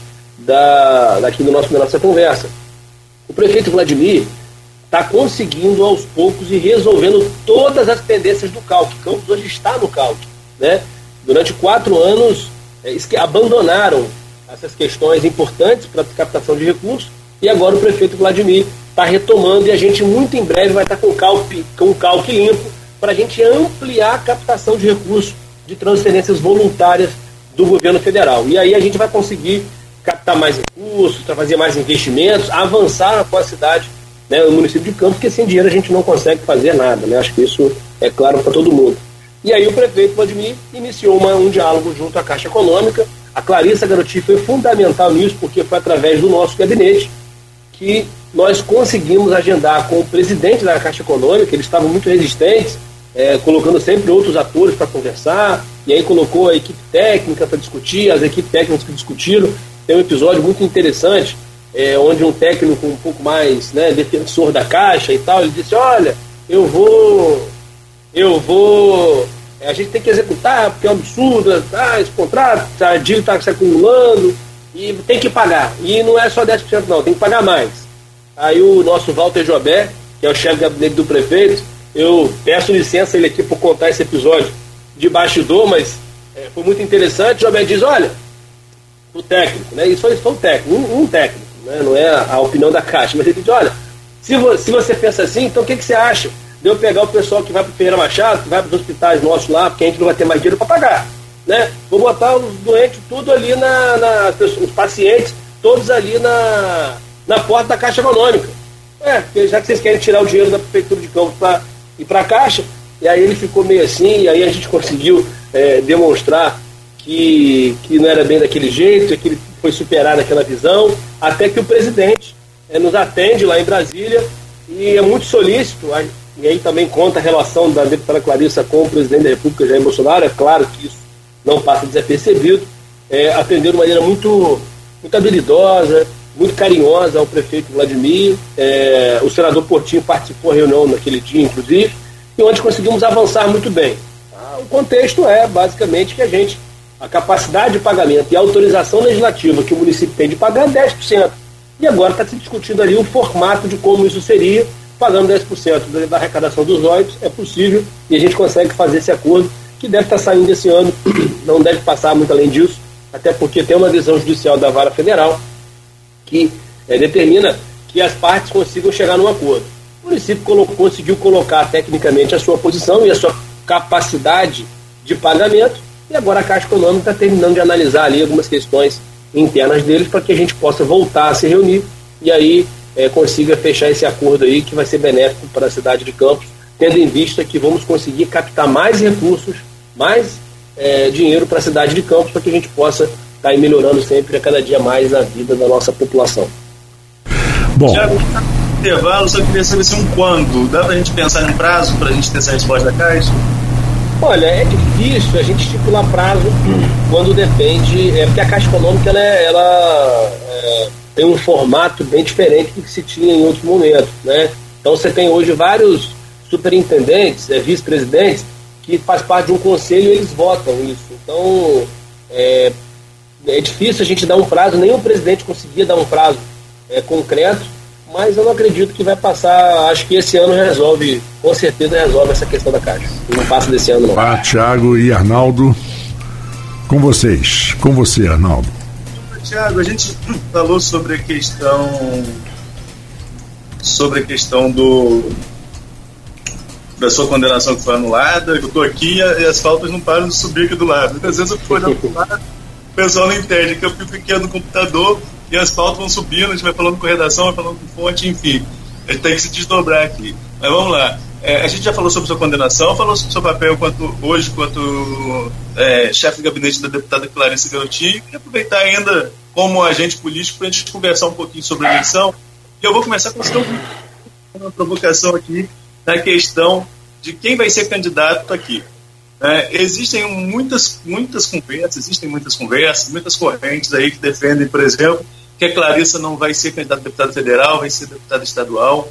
Speaker 4: da nossa conversa. O prefeito Vladimir está conseguindo aos poucos ir resolvendo todas as pendências do CALC. Campos hoje está no CALC, né? Durante 4 anos abandonaram essas questões importantes para a captação de recursos, e agora o prefeito Vladimir está retomando, e a gente muito em breve vai estar com o CALC limpo para a gente ampliar a captação de recursos de transferências voluntárias do governo federal. E aí a gente vai conseguir captar mais recursos, fazer mais investimentos, avançar com a cidade, né, o município de Campos, porque sem dinheiro a gente não consegue fazer nada, né? Acho que isso é claro para todo mundo. E aí o prefeito Vladimir iniciou um diálogo junto à Caixa Econômica. A Clarissa Garotti foi fundamental nisso, porque foi através do nosso gabinete que nós conseguimos agendar com o presidente da Caixa Econômica. Eles estavam muito resistentes, colocando sempre outros atores para conversar, e aí colocou a equipe técnica para discutir, as equipes técnicas que discutiram. Tem um episódio muito interessante, onde um técnico um pouco mais, né, defensor da Caixa e tal, ele disse: olha, eu vou a gente tem que executar, porque é um absurdo, esse contrato, a dívida está se acumulando e tem que pagar, e não é só 10% não, tem que pagar mais. Aí o nosso Walter Jobé, que é o chefe de gabinete do prefeito, eu peço licença ele aqui por contar esse episódio de bastidor, mas foi muito interessante. O Jobé diz: olha, o técnico, né, isso foi um técnico, um técnico, né, não é a opinião da Caixa, mas ele diz: olha, se você pensa assim, então o que você acha de eu pegar o pessoal que vai para o Ferreira Machado, que vai para os hospitais nossos lá, porque a gente não vai ter mais dinheiro para pagar, né? Vou botar os doentes tudo ali os pacientes todos ali na porta da Caixa Econômica. Porque já que vocês querem tirar o dinheiro da Prefeitura de Campos para ir para a Caixa. E aí ele ficou meio assim, e aí a gente conseguiu demonstrar que não era bem daquele jeito, que ele foi superar aquela visão, até que o presidente nos atende lá em Brasília, e é muito solícito. E aí também conta a relação da deputada Clarissa com o presidente da República, Jair Bolsonaro. É claro que isso não passa desapercebido. Atendeu de maneira muito, muito habilidosa, muito carinhosa ao prefeito Vladimir. O senador Portinho participou da reunião naquele dia, inclusive, e onde conseguimos avançar muito bem. O contexto é basicamente que a capacidade de pagamento e a autorização legislativa que o município tem de pagar é 10%. E agora está se discutindo ali o formato de como isso seria. Pagando 10% da arrecadação dos royalties, é possível, e a gente consegue fazer esse acordo, que deve estar saindo esse ano, não deve passar muito além disso, até porque tem uma decisão judicial da Vara Federal que determina que as partes consigam chegar num acordo. O município conseguiu colocar tecnicamente a sua posição e a sua capacidade de pagamento, e agora a Caixa Econômica está terminando de analisar ali algumas questões internas deles para que a gente possa voltar a se reunir e aí consiga fechar esse acordo aí, que vai ser benéfico para a cidade de Campos, tendo em vista que vamos conseguir captar mais recursos, mais dinheiro para a cidade de Campos, para que a gente possa estar aí melhorando sempre a cada dia mais a vida da nossa população.
Speaker 2: Bom,
Speaker 3: Tiago, intervalo, só queria saber se quando. Dá para a gente pensar em um prazo para a gente ter essa resposta da Caixa?
Speaker 4: Olha, é difícil a gente estipular prazo quando depende, porque a Caixa Econômica ela tem um formato bem diferente do que se tinha em outros momentos, né? Então você tem hoje vários superintendentes, vice-presidentes, que faz parte de um conselho e eles votam isso. Então é difícil a gente dar um prazo, nem o presidente conseguia dar um prazo concreto, mas eu não acredito que vai passar. Acho que esse ano resolve, com certeza resolve essa questão da Caixa. Não passa desse ano não.
Speaker 2: Tiago e Arnaldo, com vocês. Com você, Arnaldo.
Speaker 3: Tiago, a gente falou sobre a questão da sua condenação que foi anulada. Eu estou aqui e as faltas não param de subir aqui do lado. Às vezes eu fico olhando para o lado, o pessoal não entende que eu fico aqui no computador e as pautas vão subindo, a gente vai falando com redação, vai falando com fonte, enfim. A gente tem que se desdobrar aqui. Mas vamos lá. A gente já falou sobre sua condenação, falou sobre seu papel hoje quanto chefe de gabinete da deputada Clarice Garotinho, e aproveitar ainda como agente político para a gente conversar um pouquinho sobre a eleição. E eu vou começar com uma provocação aqui na questão de quem vai ser candidato aqui. Existem muitas conversas, muitas correntes aí que defendem, por exemplo, que a Clarissa não vai ser candidata a deputada federal, vai ser deputada estadual.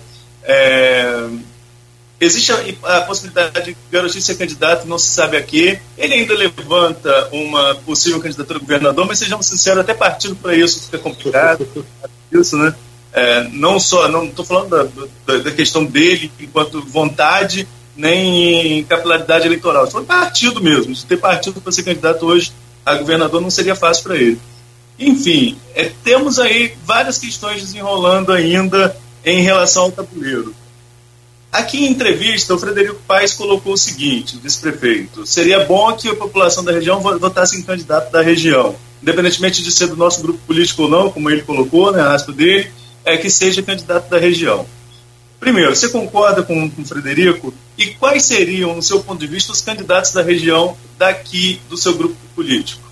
Speaker 3: Existe a possibilidade de Garotinho ser candidato, não se sabe a quê. Ele ainda levanta uma possível candidatura a governador, mas sejamos sinceros, até partido para isso fica complicado. Isso, né? Não estou falando da questão dele enquanto vontade, nem capilaridade eleitoral. Estou falando partido mesmo. Se ter partido para ser candidato hoje a governador não seria fácil para ele. Enfim, temos aí várias questões desenrolando ainda em relação ao tabuleiro. Aqui em entrevista, o Frederico Paes colocou o seguinte, o vice-prefeito: seria bom que a população da região votasse em candidato da região, independentemente de ser do nosso grupo político ou não, como ele colocou, né, a aspa dele, que seja candidato da região. Primeiro, você concorda com o Frederico? E quais seriam, no seu ponto de vista, os candidatos da região daqui do seu grupo político?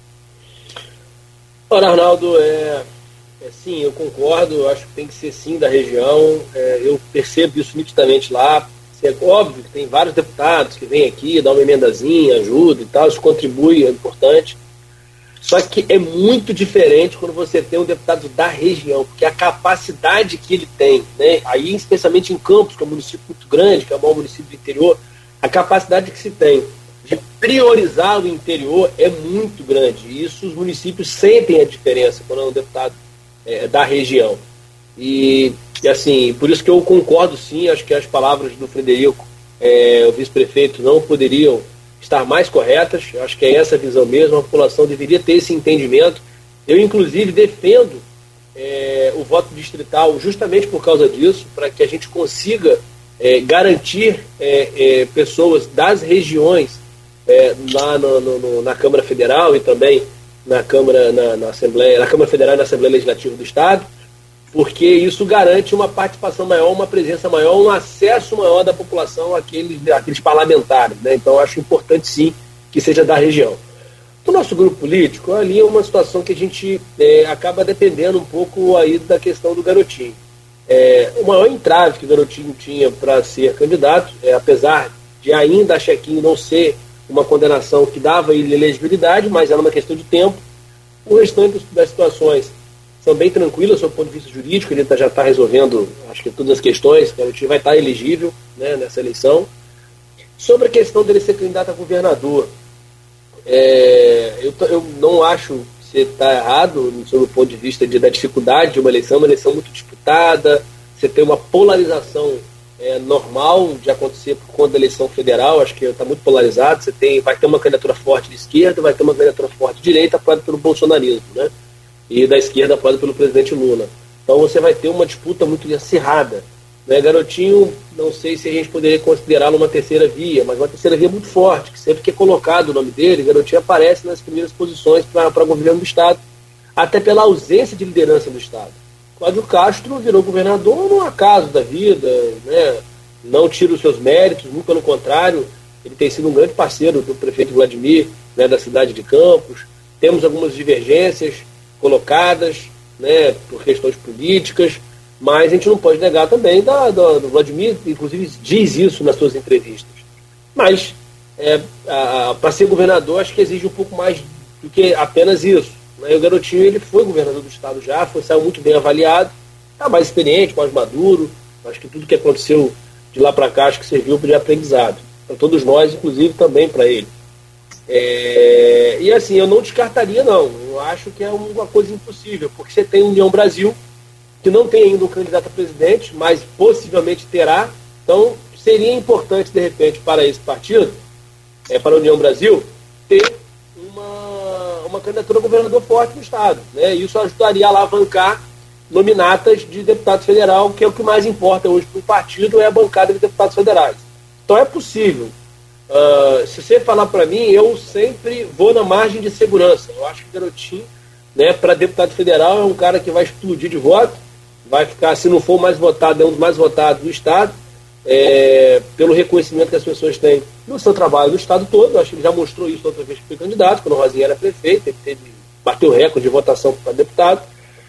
Speaker 4: Ora, Arnaldo, sim, eu concordo, eu acho que tem que ser sim da região, eu percebo isso nitidamente lá. É óbvio que tem vários deputados que vêm aqui, dão uma emendazinha, ajuda e tal, isso contribui, é importante. Só que é muito diferente quando você tem um deputado da região, porque a capacidade que ele tem, né, aí especialmente em Campos, que é um município muito grande, que é o maior município do interior, a capacidade que se tem de priorizar o interior é muito grande. E isso os municípios sentem a diferença quando é um deputado da região. E assim, por isso que eu concordo sim, acho que as palavras do Frederico, o vice-prefeito, não poderiam estar mais corretas. Eu acho que é essa a visão mesmo, a população deveria ter esse entendimento. Eu, inclusive, defendo o voto distrital justamente por causa disso, para que a gente consiga garantir pessoas das regiões lá na Câmara Federal e também na Câmara, na Assembleia, na Câmara Federal e na Assembleia Legislativa do Estado, porque isso garante uma participação maior, uma presença maior, um acesso maior da população àqueles parlamentares, né? Então eu acho importante sim que seja da região. Do nosso grupo político, ali é uma situação que a gente acaba dependendo um pouco aí da questão do Garotinho. O maior entrave que o Garotinho tinha para ser candidato, apesar de ainda a chequinho não ser uma condenação que dava ele elegibilidade, mas era uma questão de tempo. O restante das situações são bem tranquilas, do ponto de vista jurídico, ele já está resolvendo, acho que todas as questões, que a gente vai estar elegível, né, nessa eleição. Sobre a questão dele ser candidato a governador, eu não acho que você está errado, sob o ponto de vista da dificuldade de uma eleição muito disputada, você tem uma polarização normal de acontecer por conta da eleição federal, acho que está muito polarizado, vai ter uma candidatura forte de esquerda, vai ter uma candidatura forte de direita, apoiada pelo bolsonarismo, né? E da esquerda apoiada pelo presidente Lula. Então você vai ter uma disputa muito acirrada, né? Garotinho, não sei se a gente poderia considerá-lo uma terceira via, mas uma terceira via muito forte, que sempre que é colocado o nome dele, Garotinho aparece nas primeiras posições para o governo do Estado, até pela ausência de liderança do Estado. Cláudio Castro virou governador no acaso da vida, né? Não tira os seus méritos, muito pelo contrário, ele tem sido um grande parceiro do prefeito Vladimir, né, da cidade de Campos. Temos algumas divergências colocadas, né, por questões políticas, mas a gente não pode negar também do Vladimir, inclusive diz isso nas suas entrevistas. Mas para ser governador, acho que exige um pouco mais do que apenas isso. O Garotinho, ele foi governador do estado já, saiu muito bem avaliado, está mais experiente, mais maduro. Acho que tudo que aconteceu de lá para cá, acho que serviu de aprendizado para todos nós, inclusive também para ele. E assim, eu não descartaria não, eu acho que é uma coisa impossível, porque você tem a União Brasil, que não tem ainda um candidato a presidente, mas possivelmente terá. Então seria importante, de repente, para esse partido, para a União Brasil, ter uma candidatura a governador forte no Estado, né? Isso ajudaria a alavancar nominatas de deputado federal, que é o que mais importa hoje para o partido, é a bancada de deputados federais. Então é possível. Se você falar para mim, eu sempre vou na margem de segurança. Eu acho que o Garotinho, né, para deputado federal, é um cara que vai explodir de voto, vai ficar, se não for o mais votado, é um dos mais votados do Estado, pelo reconhecimento que as pessoas têm no seu trabalho no Estado todo. Eu acho que ele já mostrou isso outra vez que foi candidato, quando o Rosinha era prefeito, ele bateu recorde de votação para deputado.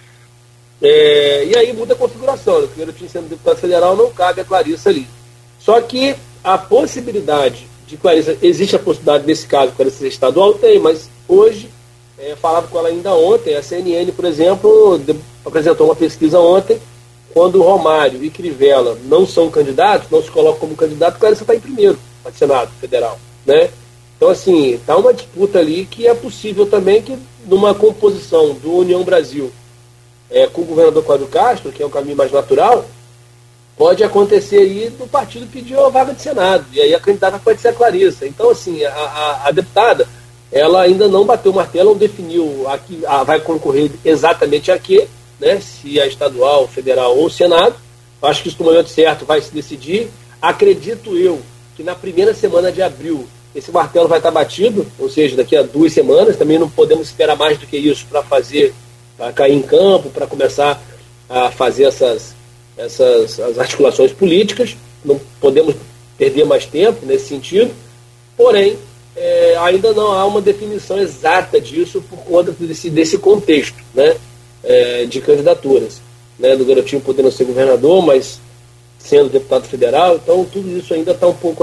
Speaker 4: E aí muda a configuração, né? O Garotinho sendo deputado federal não cabe a Clarissa ali. Só que a possibilidade de Clarissa, existe a possibilidade nesse caso de Clarissa ser estadual? Tem, mas hoje, falava com ela ainda ontem, a CNN, por exemplo, apresentou uma pesquisa ontem, quando Romário e Crivella não são candidatos, não se colocam como candidato, Clarissa está em primeiro para o Senado Federal, né? Então, assim, está uma disputa ali que é possível também que numa composição do União Brasil com o governador Cláudio Castro, que é o caminho mais natural, pode acontecer aí do partido pedir a vaga de Senado, e aí a candidata pode ser a Clarissa. Então, assim, a deputada, ela ainda não bateu o martelo, não definiu vai concorrer exatamente a quê, né, se é estadual, federal ou Senado. Acho que isso no momento certo vai se decidir. Acredito eu que na primeira semana de abril esse martelo vai estar batido, ou seja, daqui a 2 semanas. Também não podemos esperar mais do que isso para cair em campo, para começar a fazer as articulações políticas. Não podemos perder mais tempo nesse sentido, porém ainda não há uma definição exata disso por conta desse contexto, né, de candidaturas, né, do Garotinho podendo ser governador, mas sendo deputado federal. Então tudo isso ainda está um pouco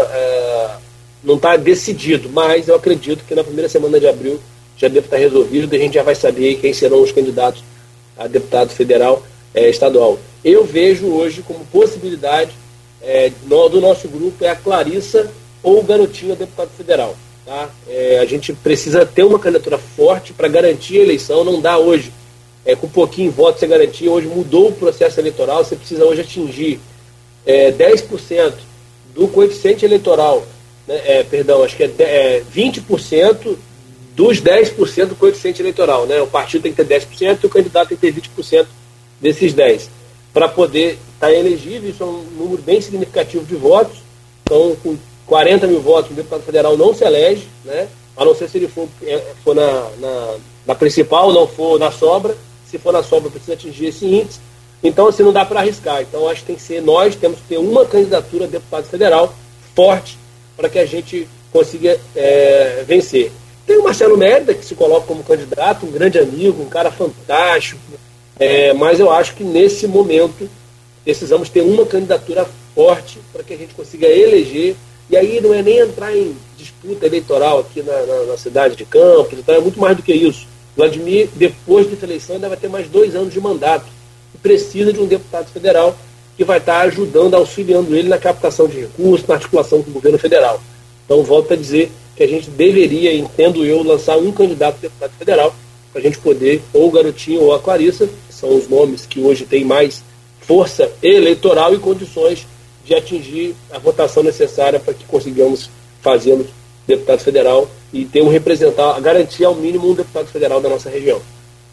Speaker 4: não está decidido, mas eu acredito que na primeira semana de abril já deve estar resolvido, e a gente já vai saber quem serão os candidatos a deputado federal estadual. Eu vejo hoje como possibilidade do nosso grupo a Clarissa ou o Garotinho a deputado federal. Tá? A gente precisa ter uma candidatura forte para garantir a eleição. Não dá hoje, com pouquinho voto você garantir. Hoje mudou o processo eleitoral, você precisa hoje atingir 10% do coeficiente eleitoral, né, acho que 20% dos 10% do coeficiente eleitoral, né? O partido tem que ter 10% e o candidato tem que ter 20% desses 10%. Para poder estar elegível, isso é um número bem significativo de votos. Então, com 40 mil votos, o deputado federal não se elege, né? A não ser se ele for na principal, não for na sobra. Se for na sobra, precisa atingir esse índice. Então, assim, não dá para arriscar. Então, acho que tem que ser nós, temos que ter uma candidatura a deputado federal forte para que a gente consiga vencer. Tem o Marcelo Mérida, que se coloca como candidato, um grande amigo, um cara fantástico, mas eu acho que nesse momento precisamos ter uma candidatura forte para que a gente consiga eleger. E aí não é nem entrar em disputa eleitoral aqui na cidade de Campos, então é muito mais do que isso. Vladimir, depois dessa eleição, ainda vai ter mais 2 anos de mandato e precisa de um deputado federal que vai estar ajudando, auxiliando ele na captação de recursos, na articulação com o governo federal. Então, volto a dizer que a gente deveria, entendo eu, lançar um candidato a deputado federal para a gente poder, ou o Garotinho ou a Clarissa, que são os nomes que hoje têm mais força eleitoral e condições de atingir a votação necessária para que consigamos fazê-lo deputado federal e ter garantir ao mínimo um deputado federal da nossa região.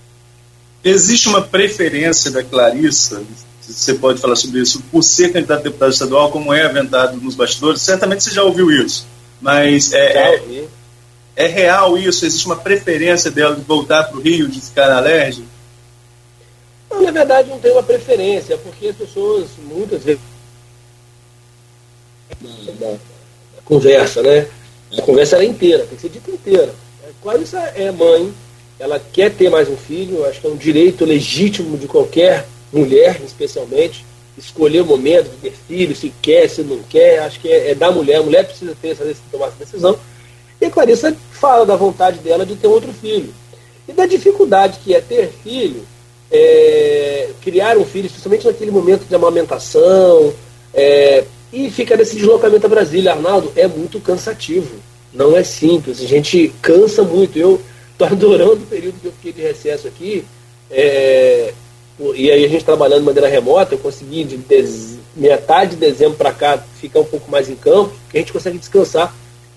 Speaker 3: Existe uma preferência da Clarissa, você pode falar sobre isso, por ser candidato a deputado estadual, como é aventado nos bastidores? Certamente você já ouviu isso, mas é real isso? Existe uma preferência dela de voltar para o Rio, de ficar na LERJ?
Speaker 4: Não, na verdade não tem uma preferência, porque as pessoas muitas vezes da conversa, né? A conversa é inteira, tem que ser dita inteira. Clarissa é mãe, ela quer ter mais um filho, acho que é um direito legítimo de qualquer mulher, especialmente, escolher o momento de ter filho, se quer, se não quer, acho que é da mulher. A mulher precisa tomar essa decisão. E a Clarissa fala da vontade dela de ter outro filho. E da dificuldade que é ter filho, criar um filho, especialmente naquele momento de amamentação, e fica nesse deslocamento a Brasília. Arnaldo, é muito cansativo, não é simples, a gente cansa muito. Eu estou adorando o período que eu fiquei de recesso aqui, e aí a gente trabalhando de maneira remota, eu consegui de metade de dezembro para cá ficar um pouco mais em campo, que a gente consegue descansar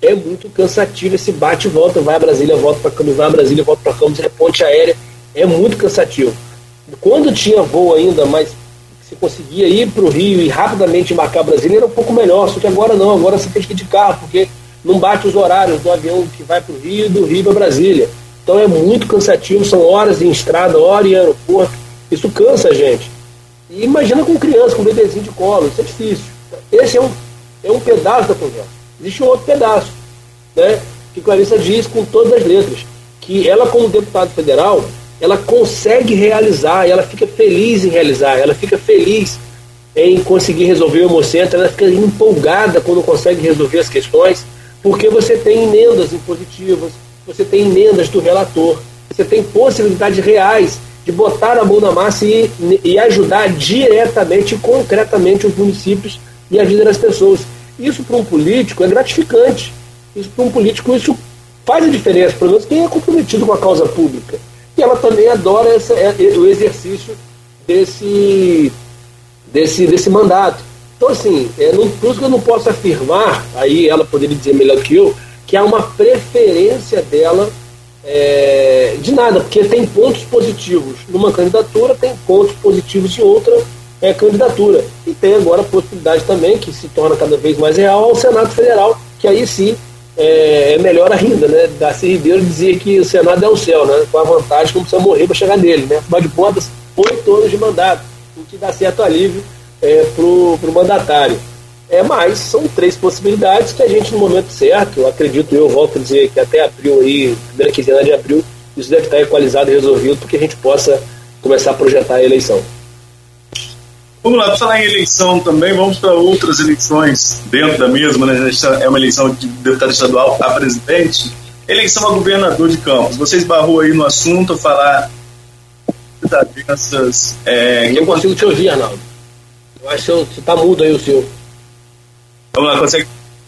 Speaker 4: é muito cansativo esse bate e volta, vai a Brasília, volta para Campos, vai a Brasília, volta para Campos, é ponte aérea, é muito cansativo. Quando tinha voo ainda, mas você conseguia ir para o Rio e rapidamente embarcar a Brasília, era um pouco melhor, só que agora não, agora você tem que ir de carro, porque não bate os horários do avião que vai para o Rio e do Rio para Brasília. Então é muito cansativo, são horas em estrada, hora em aeroporto, isso cansa a gente. E imagina com criança, com bebezinho de colo, isso é difícil. Esse é um pedaço da conversa. Existe um outro pedaço, né, que Clarissa diz com todas as letras, que ela, como deputada federal, ela consegue realizar, ela fica feliz em realizar, ela fica feliz em conseguir resolver o Hemocentro, ela fica empolgada quando consegue resolver as questões, porque você tem emendas impositivas, você tem emendas do relator, você tem possibilidades reais de botar a mão na massa e ajudar diretamente e concretamente os municípios e a vida das pessoas. Isso para um político é gratificante. Isso para um político isso faz a diferença, pelo menos quem é comprometido com a causa pública. E ela também adora o exercício desse mandato. Então, assim, por isso que eu não posso afirmar, aí ela poderia dizer melhor que eu, que há uma preferência dela de nada, porque tem pontos positivos numa candidatura, tem pontos positivos em outra candidatura. E tem agora a possibilidade também, que se torna cada vez mais real, ao Senado Federal, que aí sim é melhor ainda, né? Darcy Ribeiro dizia que o Senado é o céu, né? Com a vantagem que não precisa morrer para chegar nele, né? Afinal de contas, 8 anos de mandato, o que dá certo alívio pro mandatário. Mas são 3 possibilidades que a gente, no momento certo, acredito eu, volto a dizer que até abril, aí, primeira quinzena de abril, isso deve estar equalizado e resolvido para que a gente possa começar a projetar a eleição.
Speaker 3: Vamos lá, para falar em eleição também, vamos para outras eleições dentro da mesma, né? É uma eleição de deputado estadual a presidente, eleição a governador de Campos. Você esbarrou aí no assunto, falar dessas...
Speaker 4: Eu consigo te ouvir, Arnaldo. Eu acho que você está mudo aí o seu.
Speaker 3: Vamos lá, consegue?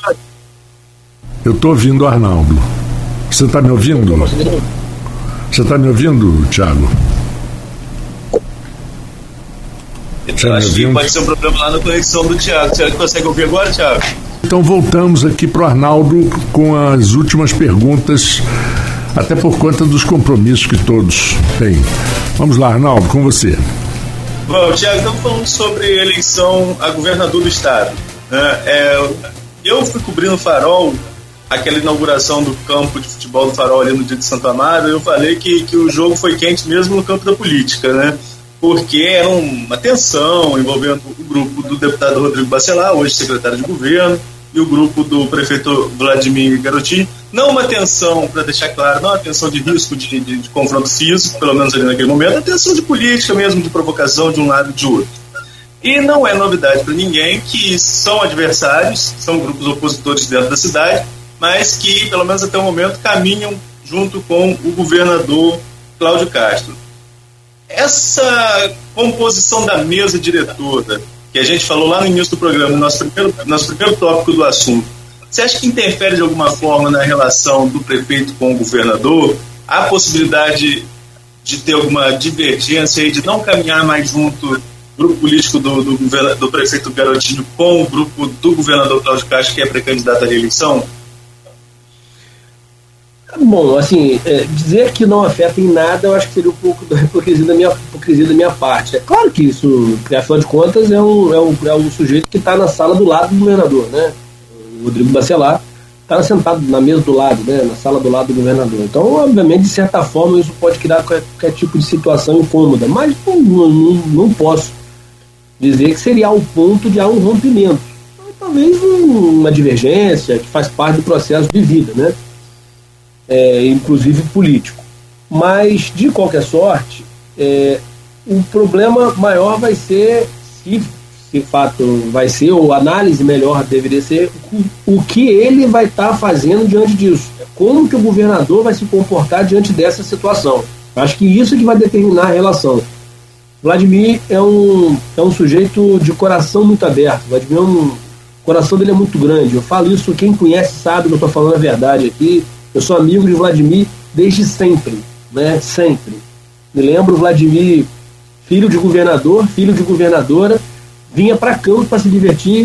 Speaker 2: Eu estou ouvindo o Arnaldo. Você está me ouvindo? Você está me ouvindo, Thiago?
Speaker 3: Eu acho que pode ser um problema lá na conexão do Thiago. Você consegue ouvir agora, Thiago?
Speaker 2: Então voltamos aqui para o Arnaldo com as últimas perguntas, até por conta dos compromissos que todos têm. Vamos lá, Arnaldo, com você.
Speaker 3: Bom, Thiago, estamos falando sobre eleição a governador do estado. Eu fui cobrindo o Farol, aquela inauguração do campo de futebol do Farol ali no dia de Santo Amaro. Eu falei que o jogo foi quente mesmo no campo da política, né? Porque era uma tensão envolvendo o grupo do deputado Rodrigo Bacelar, hoje secretário de governo, e o grupo do prefeito Vladimir Garotinho. Não uma tensão, para deixar claro, não uma tensão de risco de confronto físico, pelo menos ali naquele momento, a tensão de política mesmo, de provocação de um lado e de outro. E não é novidade para ninguém que são adversários, são grupos opositores dentro da cidade, mas que, pelo menos até o momento, caminham junto com o governador Cláudio Castro. Essa composição da mesa diretora, que a gente falou lá no início do programa, nosso primeiro tópico do assunto, você acha que interfere de alguma forma na relação do prefeito com o governador? Há possibilidade de ter alguma divergência e de não caminhar mais junto grupo político do prefeito Garotinho com o grupo do governador Cláudio Castro, que é pré-candidato à reeleição?
Speaker 4: Bom, assim, dizer que não afeta em nada, eu acho que seria um pouco da hipocrisia da minha parte. É claro que isso, afinal de contas, é um sujeito que está na sala do lado do governador, né? O Rodrigo Bacelar está sentado na mesa do lado, né? Na sala do lado do governador. Então, obviamente, de certa forma, isso pode criar qualquer tipo de situação incômoda, mas não posso dizer que seria ao ponto de um rompimento. Talvez uma divergência que faz parte do processo de vida, né? Inclusive político. Mas, de qualquer sorte, o problema maior vai ser, se de fato vai ser, ou a análise melhor deveria ser, o que ele vai estar fazendo diante disso. Como que o governador vai se comportar diante dessa situação. Acho que isso que vai determinar a relação. Vladimir é um sujeito de coração muito aberto. Vladimir o coração dele é muito grande. Eu falo isso, quem conhece sabe que eu estou falando a verdade aqui. Eu sou amigo de Vladimir desde sempre, né? Sempre. Me lembro, Vladimir, filho de governador, filho de governadora, vinha para Campos para se divertir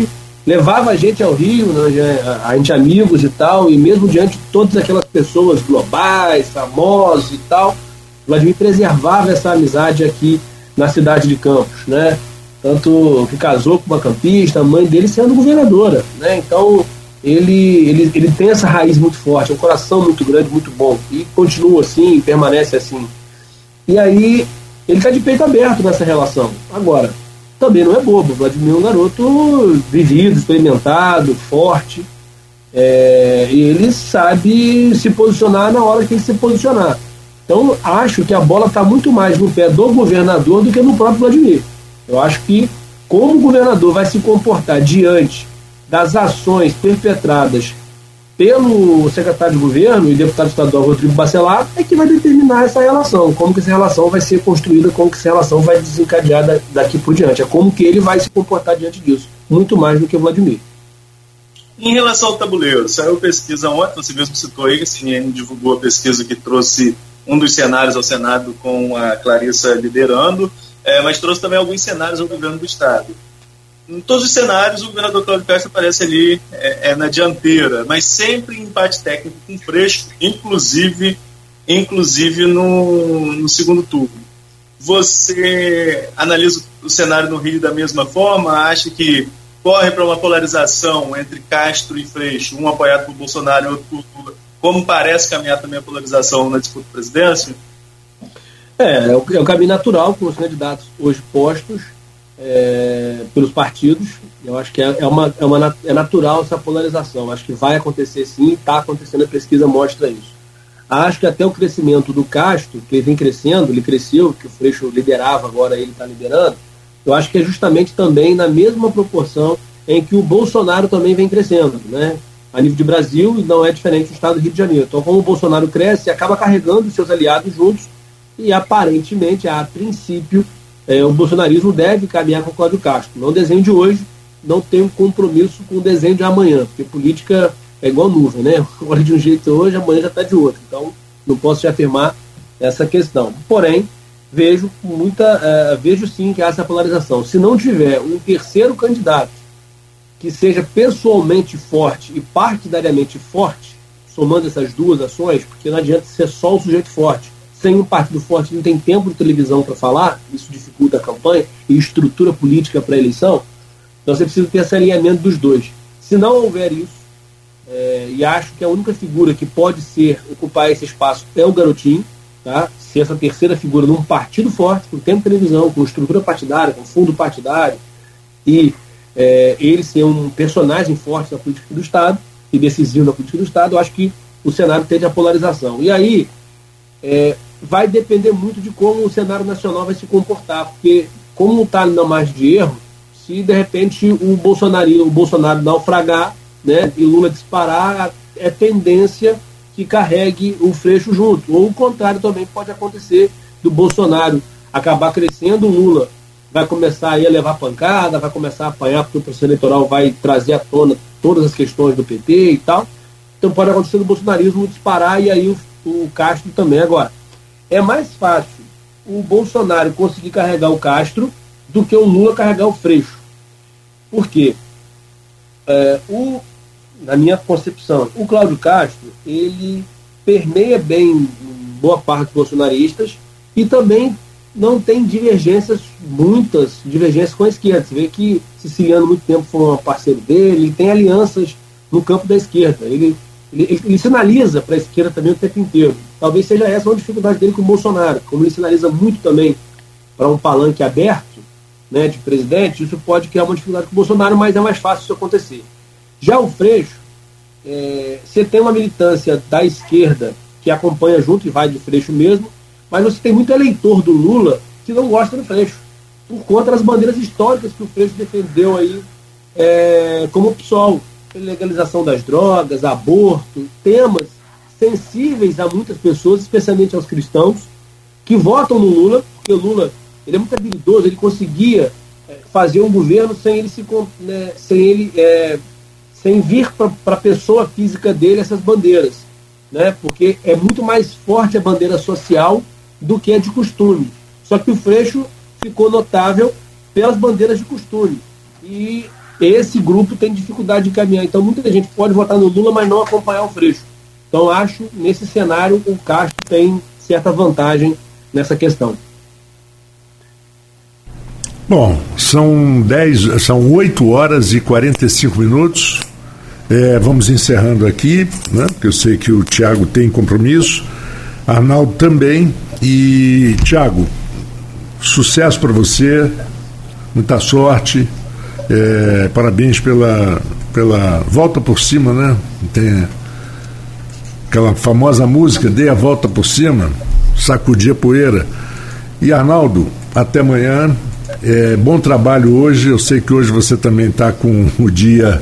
Speaker 4: levava a gente ao Rio, né, a gente amigos e tal, e mesmo diante de todas aquelas pessoas globais, famosos e tal, Vladimir preservava essa amizade aqui na cidade de Campos, né? Tanto que casou com uma campista, a mãe dele sendo governadora, né? Então ele tem essa raiz muito forte, um coração muito grande, muito bom, e continua assim, permanece assim. E aí ele está de peito aberto nessa relação. Agora, também não é bobo. O Vladimir é um garoto vivido, experimentado, forte, e ele sabe se posicionar na hora que tem que se posicionar. Então, acho que a bola está muito mais no pé do governador do que no próprio Vladimir. Eu acho que, como o governador vai se comportar diante das ações perpetradas pelo secretário de governo e deputado estadual Rodrigo Bacelar, é que vai determinar essa relação, como que essa relação vai ser construída, como que essa relação vai desencadear daqui por diante. É como que ele vai se comportar diante disso, muito mais do que o Vladimir.
Speaker 3: Em relação ao tabuleiro, saiu pesquisa ontem, você mesmo citou aí, que a CNN divulgou a pesquisa que trouxe um dos cenários ao Senado com a Clarissa liderando, mas trouxe também alguns cenários ao governo do Estado. Em todos os cenários, o governador Cláudio Castro aparece ali na dianteira, mas sempre em empate técnico com Freixo, inclusive no segundo turno. Você analisa o cenário no Rio da mesma forma? Acha que corre para uma polarização entre Castro e Freixo, um apoiado por Bolsonaro e outro por Lula, como parece caminhar também a polarização na disputa da presidência?
Speaker 4: É o caminho natural com os candidatos hoje postos pelos partidos. Eu acho que é natural essa polarização. Acho que vai acontecer sim, está acontecendo, a pesquisa mostra isso. Acho que até o crescimento do Castro, que ele vem crescendo, ele cresceu, que o Freixo liderava, agora ele está liderando, eu acho que é justamente também na mesma proporção em que o Bolsonaro também vem crescendo, né? A nível de Brasil, não é diferente do estado do Rio de Janeiro. Então, como o Bolsonaro cresce, acaba carregando os seus aliados juntos e, aparentemente, a princípio, o bolsonarismo deve caminhar com o Cláudio Castro. Não o desenho de hoje, não tem um compromisso com o desenho de amanhã, porque política é igual nuvem, né? Olha de um jeito hoje, amanhã já está de outro. Então, não posso te afirmar essa questão. Porém, vejo sim que há essa polarização. Se não tiver um terceiro candidato que seja pessoalmente forte e partidariamente forte, somando essas duas ações, porque não adianta ser só o sujeito forte. Sem um partido forte, não tem tempo de televisão para falar, isso dificulta a campanha e estrutura política para a eleição. Então você precisa ter esse alinhamento dos dois. Se não houver isso, e acho que a única figura que pode ocupar esse espaço é o Garotinho, tá? Se essa terceira figura num partido forte, com tempo de televisão, com estrutura partidária, com fundo partidário, e ele ser um personagem forte na política do Estado e decisivo na política do Estado, eu acho que o cenário tende a polarização. E aí vai depender muito de como o cenário nacional vai se comportar, porque como não está na margem de erro, se de repente o Bolsonaro naufragar, né, e Lula disparar, é tendência que carregue o Freixo junto. Ou o contrário também pode acontecer, do Bolsonaro acabar crescendo, o Lula vai começar aí a levar pancada, vai começar a apanhar, porque o processo eleitoral vai trazer à tona todas as questões do PT e tal. Então pode acontecer do bolsonarismo disparar e aí o Castro também. Agora, é mais fácil o Bolsonaro conseguir carregar o Castro do que o Lula carregar o Freixo. Por quê? Na minha concepção, o Cláudio Castro, ele permeia bem boa parte dos bolsonaristas e também não tem muitas divergências com a esquerda. Você vê que Siciliano muito tempo foi um parceiro dele, ele tem alianças no campo da esquerda, ele sinaliza para a esquerda também o tempo inteiro. Talvez seja essa uma dificuldade dele com o Bolsonaro, como ele sinaliza muito também para um palanque aberto, né, de presidente, isso pode criar uma dificuldade com o Bolsonaro, mas é mais fácil isso acontecer. Já o Freixo, você tem uma militância da esquerda que acompanha junto e vai de Freixo mesmo, mas você tem muito eleitor do Lula que não gosta do Freixo, por conta das bandeiras históricas que o Freixo defendeu aí, como o PSOL, legalização das drogas, aborto, temas sensíveis a muitas pessoas, especialmente aos cristãos, que votam no Lula, porque o Lula ele é muito habilidoso, ele conseguia fazer um governo sem vir para a pessoa física dele essas bandeiras, né? Porque é muito mais forte a bandeira social do que a de costume. Só que o Freixo ficou notável pelas bandeiras de costume. E esse grupo tem dificuldade de caminhar. Então muita gente pode votar no Lula, mas não acompanhar o Freixo. Então acho, nesse cenário, o Castro tem certa vantagem nessa questão.
Speaker 2: Bom, são 8 horas e 45 minutos. Vamos encerrando aqui, né? Porque eu sei que o Tiago tem compromisso, Arnaldo também. E, Tiago, sucesso para você, muita sorte, parabéns pela volta por cima, né? Tem aquela famosa música, dê a volta por cima, sacudir a poeira. E, Arnaldo, até amanhã. Bom trabalho hoje. Eu sei que hoje você também está com o dia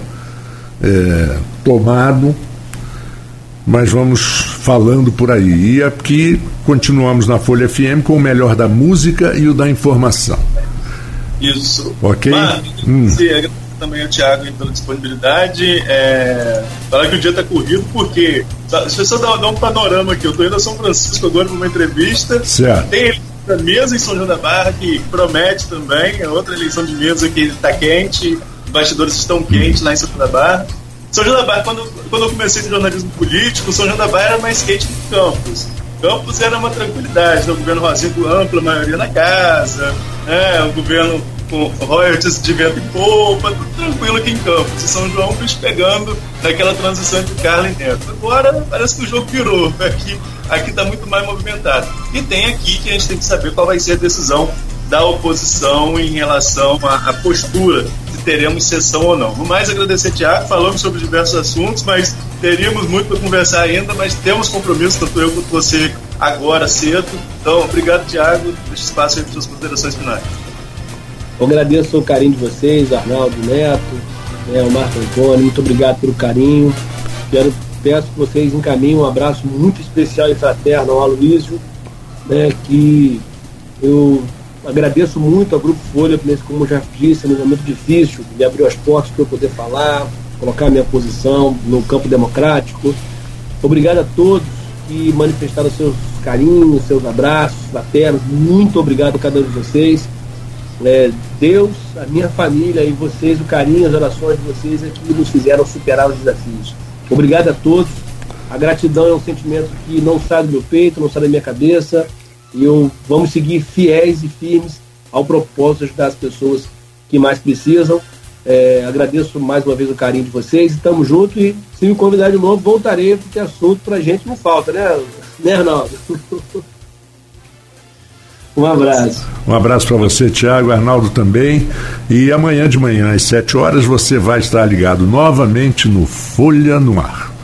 Speaker 2: tomado, mas vamos falando por aí. E aqui continuamos na Folha FM com o melhor da música e o da informação.
Speaker 3: Isso.
Speaker 2: Ok?
Speaker 3: Agradeço também ao Thiago pela disponibilidade. Falar que o dia está corrido, porque deixa eu só dar um panorama aqui. Eu estou indo a São Francisco agora para uma entrevista.
Speaker 2: Certo.
Speaker 3: Tem a mesa em São João da Barra, que promete também, é outra eleição de mesa que está quente, os bastidores estão quentes lá em São João da Barra. São João da Barra, quando eu comecei no jornalismo político, São João da Barra era mais quente que Campos. Campos era uma tranquilidade, né? O governo Rosinha com ampla maioria na casa, o governo com royalties de vento e polpa, tudo tranquilo aqui em Campos. E São João bicho pegando naquela transição entre Carla e Neto. Agora parece que o jogo virou, aqui está muito mais movimentado. E tem aqui que a gente tem que saber qual vai ser a decisão da oposição em relação à postura, se teremos sessão ou não. No mais, agradecer, Tiago, falamos sobre diversos assuntos, mas teríamos muito para conversar ainda, mas temos compromisso, tanto eu quanto você, agora cedo. Então, obrigado, Tiago, deixa espaço aí para suas considerações finais.
Speaker 4: Eu agradeço o carinho de vocês, Arnaldo, Neto, o Marco Antônio, muito obrigado pelo carinho. Peço que vocês encaminhem um abraço muito especial e fraterno ao Aloysio, que eu agradeço muito ao Grupo Folha, como eu já disse, no momento difícil, me abriu as portas para eu poder falar, colocar a minha posição no campo democrático. Obrigado a todos que manifestaram seus carinhos, seus abraços fraternos. Muito obrigado a cada um de vocês. Deus, a minha família e vocês, o carinho, as orações de vocês é que nos fizeram superar os desafios. Obrigado a todos. A gratidão é um sentimento que não sai do meu peito, não sai da minha cabeça, e vamos seguir fiéis e firmes ao propósito de ajudar as pessoas que mais precisam. Agradeço mais uma vez o carinho de vocês, estamos juntos, e se me convidar de novo, voltarei, porque assunto pra gente não falta, né, Arnaldo? Um abraço.
Speaker 2: Um abraço para você, Tiago, Arnaldo também. E amanhã de manhã, às 7 horas, você vai estar ligado novamente no Folha no Ar.